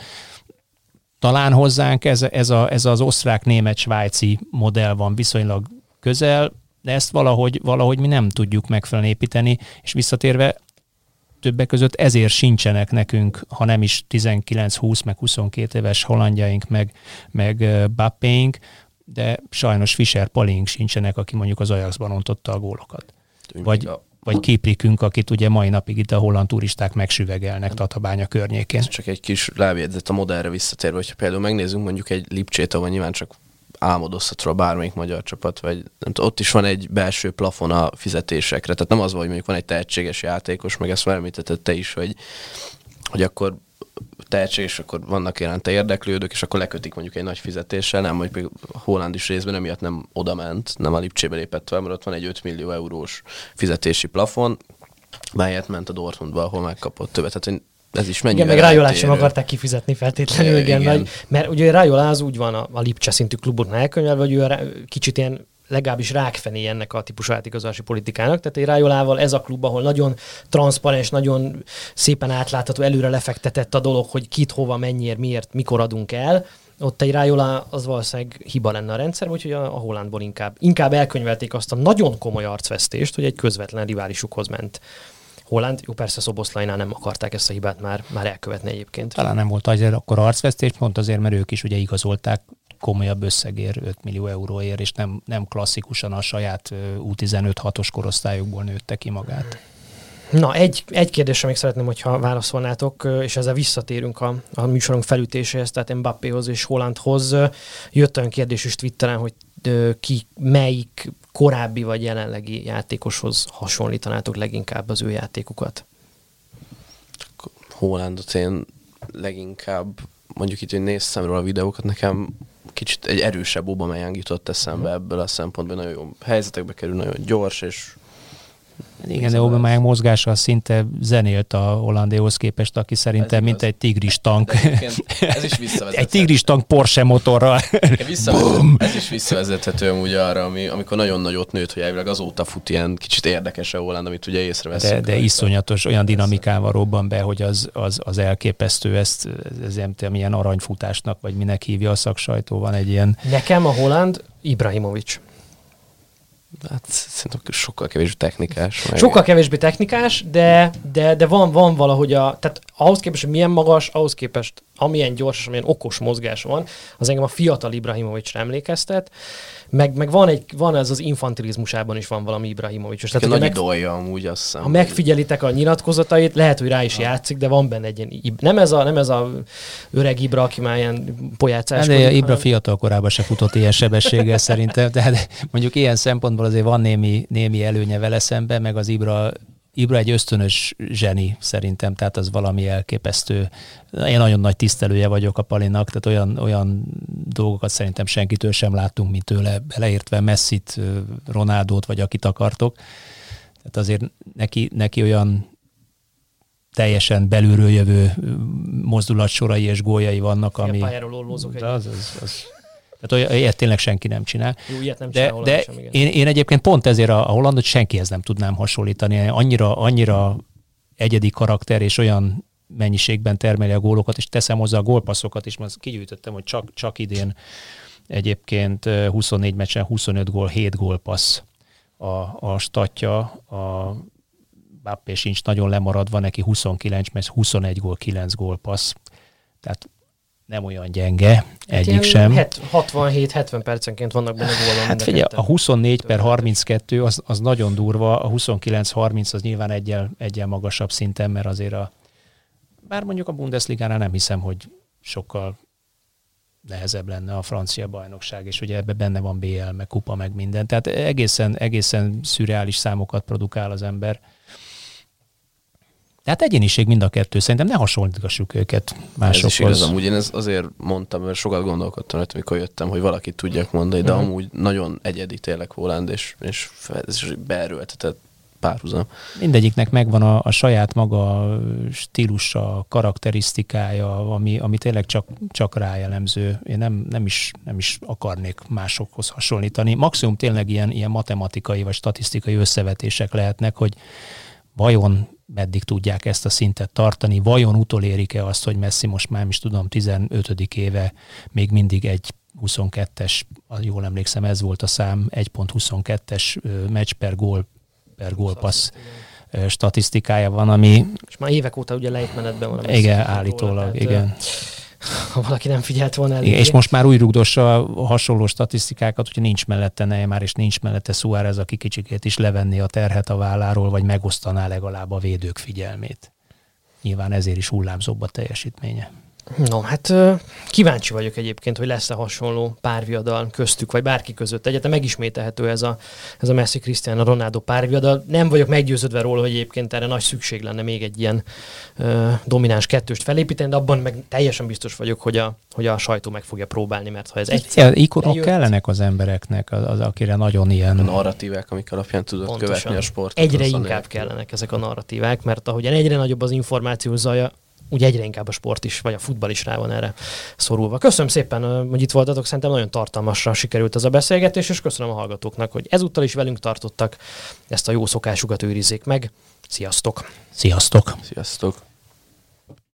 Talán hozzánk ez, ez, a, ez az osztrák-német-svájci modell van viszonylag közel, de ezt valahogy, valahogy mi nem tudjuk megfelelően építeni, és visszatérve többek között ezért sincsenek nekünk, ha nem is tizenkilenc, húsz, meg huszonkét éves hollandjaink, meg, meg Bappéink, de sajnos Fischer Palink sincsenek, aki mondjuk az Ajaxban ontotta a gólokat. Vagy, vagy Kiprikünk, akit ugye mai napig itt a holland turisták megsüvegelnek Tatabánya környékén. Ez csak egy kis lábjegyzet a modellre visszatérve, hogyha például megnézzünk mondjuk egy Lipcsét, ahol nyilván csak álmodozhat róla bármelyik magyar csapat, vagy nem tudom, ott is van egy belső plafon a fizetésekre. Tehát nem az van, hogy mondjuk van egy tehetséges játékos, meg ezt már említetted te is, hogy, hogy akkor tehetséges, akkor vannak iránta érdeklődők, és akkor lekötik mondjuk egy nagy fizetéssel, nem, hogy például Holland is részben emiatt nem oda ment, nem a Lipcsébe lépett fel, mert ott van egy öt millió eurós fizetési plafon, melyet ment a Dortmundba, ahol megkapott többet. Tehát ez is igen, meg Rajolát sem akarták kifizetni feltétlenül, igen, igen. Nagy, mert ugye Rajolá az úgy van a, a Lipcse szintű kluboknál elkönyvelve, hogy ő kicsit ilyen legalábbis rákfené ennek a típusú átigazolási politikának. Tehát egy Rajolával ez a klub, ahol nagyon transzparens, nagyon szépen átlátható, előre lefektetett a dolog, hogy kit, hova, mennyiért, miért, mikor adunk el. Ott egy Rajola az valószínűleg hiba lenne a rendszer, úgyhogy a, a Hollandból inkább, inkább elkönyvelték azt a nagyon komoly arcvesztést, hogy egy közvetlen riválisukhoz ment. Holland, jó persze Szoboszlainál nem akarták ezt a hibát már, már elkövetni egyébként. Talán nem volt azért akkor arcvesztés, pont azért, mert ők is ugye igazolták komolyabb összegér, öt millió euróért, és nem, nem klasszikusan a saját U tizenöt hatos korosztályukból nőtte ki magát. Na, egy, egy kérdésre még szeretném, hogyha válaszolnátok, és ezzel visszatérünk a, a műsorunk felütéséhez, tehát Mbappéhoz és Haalandhoz. Jött olyan kérdés is Twitteren, hogy ki, melyik korábbi vagy jelenlegi játékoshoz hasonlítanátok leginkább az ő játékukat? Haalandot én leginkább, mondjuk itt, hogy néztem róla a videókat, nekem kicsit egy erősebb Aubameyang jutott eszembe ebből a szempontból, nagyon jó helyzetekbe kerül, nagyon gyors, és Igen, de Aubameyang mozgása szinte zenélt a Hollandéhoz képest, aki szerintem mint egy tigris tank. Ez is visszavezethető. Egy tigris tank Porsche motorral. Ez is visszavezethető amúgy arra, ami, amikor nagyon nagyot nőtt, hogy elvileg azóta fut ilyen kicsit érdekes a Holland, amit ugye észreveszünk. De, de iszonyatos, olyan dinamikával robban be, hogy az, az, az elképesztő, ezt, ez nem tudom, milyen aranyfutásnak, vagy minek hívja a szaksajtó, van egy ilyen... Nekem a Holland Ibrahimovic. Hát szerintem sokkal kevésbé technikás. Meg... Sokkal kevésbé technikás, de, de, de van, van valahogy a... Tehát ahhoz képest, hogy milyen magas, ahhoz képest amilyen gyors és amilyen okos mozgás van, az engem a fiatal Ibrahimovicra emlékeztet, meg, meg van, egy, van ez az infantilizmusában is van valami Ibrahimovic. Tehát, nagy meg, idolja amúgy, azt hiszem. Ha megfigyelitek a nyilatkozatait, lehet, hogy rá is ha. játszik, de van benne egy ilyen... Nem ez a, nem ez a öreg Ibra, aki már ilyen pojácáskodik. De Ibra hanem... fiatal korában se futott ilyen sebességgel szerintem, de mondjuk ilyen szempontból azért van némi, némi előnye vele szemben, meg az Ibra Ibra egy ösztönös zseni szerintem, tehát az valami elképesztő. Én nagyon nagy tisztelője vagyok a Palinak, tehát olyan, olyan dolgokat szerintem senkitől sem láttunk, mint tőle, beleértve Messit, Ronaldót, vagy akit akartok. Tehát azért neki, neki olyan teljesen belülről jövő mozdulatsorai és góljai vannak, ami... A pályáról ollózok. Az, az, az, tehát olyan, ilyet tényleg senki nem csinál. Jó, ilyet nem de csinál de sem, igen. én, én egyébként pont ezért a, a hollandot senkihez nem tudnám hasonlítani. Annyira, annyira egyedi karakter és olyan mennyiségben termeli a gólokat, és teszem hozzá a gólpasszokat is, most kigyűjtöttem, hogy csak, csak idén egyébként huszonnégy meccsen huszonöt gól, hét gólpassz a, a statja. A Mbappé sincs nagyon lemaradva, neki huszonkilenc meccs, huszonegy gól, kilenc gólpassz. Tehát nem olyan gyenge, egyik sem. hatvanhét-hetven percenként vannak benne gólban. Hát figyelj, a huszonnégy per harminckettő az, az nagyon durva, a huszonkilenc harminc az nyilván egyel, egyel magasabb szinten, mert azért a, bár mondjuk a Bundesligánál nem hiszem, hogy sokkal nehezebb lenne a francia bajnokság, és ugye ebben benne van bé el, meg kupa, meg minden. Tehát egészen, egészen szürreális számokat produkál az ember. Tehát egyéniség mind a kettő, szerintem ne hasonlítgassuk őket másokhoz. Ez is igaz, amúgy én ez azért mondtam, mert sokat gondolkodtam, hogy amikor jöttem, hogy valakit tudjak mondani, de uh-huh. amúgy nagyon egyedi tényleg Holland, és, és, és beerőltetett párhuzam. Mindegyiknek megvan a, a saját maga stílusa, karakterisztikája, ami, ami tényleg csak, csak rá jellemző. Én nem, nem, is, nem is akarnék másokhoz hasonlítani. Maximum tényleg ilyen, ilyen matematikai vagy statisztikai összevetések lehetnek, hogy vajon meddig tudják ezt a szintet tartani, vajon utolérik-e azt, hogy Messi most már, nem is tudom, tizenötödik éve még mindig egy huszonkettes, jól emlékszem, ez volt a szám, egy pont huszonkettes meccs per gól, per gólpassz statisztikája van, ami... És már évek óta ugye lejtmenetben van. Igen, állítólag, róla, igen. Ha valaki nem figyelt volna elég. És most már úgy rugdossa a hasonló statisztikákat, hogy nincs mellette Neymar, és nincs mellette Suárez, aki kicsikét is levenné a terhet a válláról, vagy megosztaná legalább a védők figyelmét. Nyilván ezért is hullámzóbb a teljesítménye. No, hát kíváncsi vagyok egyébként, hogy lesz-e hasonló párviadal köztük, vagy bárki között. Egyáltalán megismételhető ez a, ez a Messi Cristiano Ronaldo párviadal. Nem vagyok meggyőződve róla, hogy egyébként erre nagy szükség lenne még egy ilyen ö, domináns kettőst felépíteni, de abban meg teljesen biztos vagyok, hogy a, hogy a sajtó meg fogja próbálni, mert ha ez egyszer... Ikonok kellenek az embereknek, az, az akire nagyon ilyen... A narratívák, amik alapján tudod pontosan követni a sportot. Egyre inkább nélkül. Kellenek ezek a narratívák, mert ahogyan egyre nagyobb az információ zaja, úgy egyre inkább a sport is, vagy a futball is rá van erre szorulva. Köszönöm szépen, hogy itt voltatok, szerintem nagyon tartalmasra sikerült ez a beszélgetés, és köszönöm a hallgatóknak, hogy ezúttal is velünk tartottak, ezt a jó szokásukat őrizzék meg. Sziasztok! Sziasztok! Sziasztok!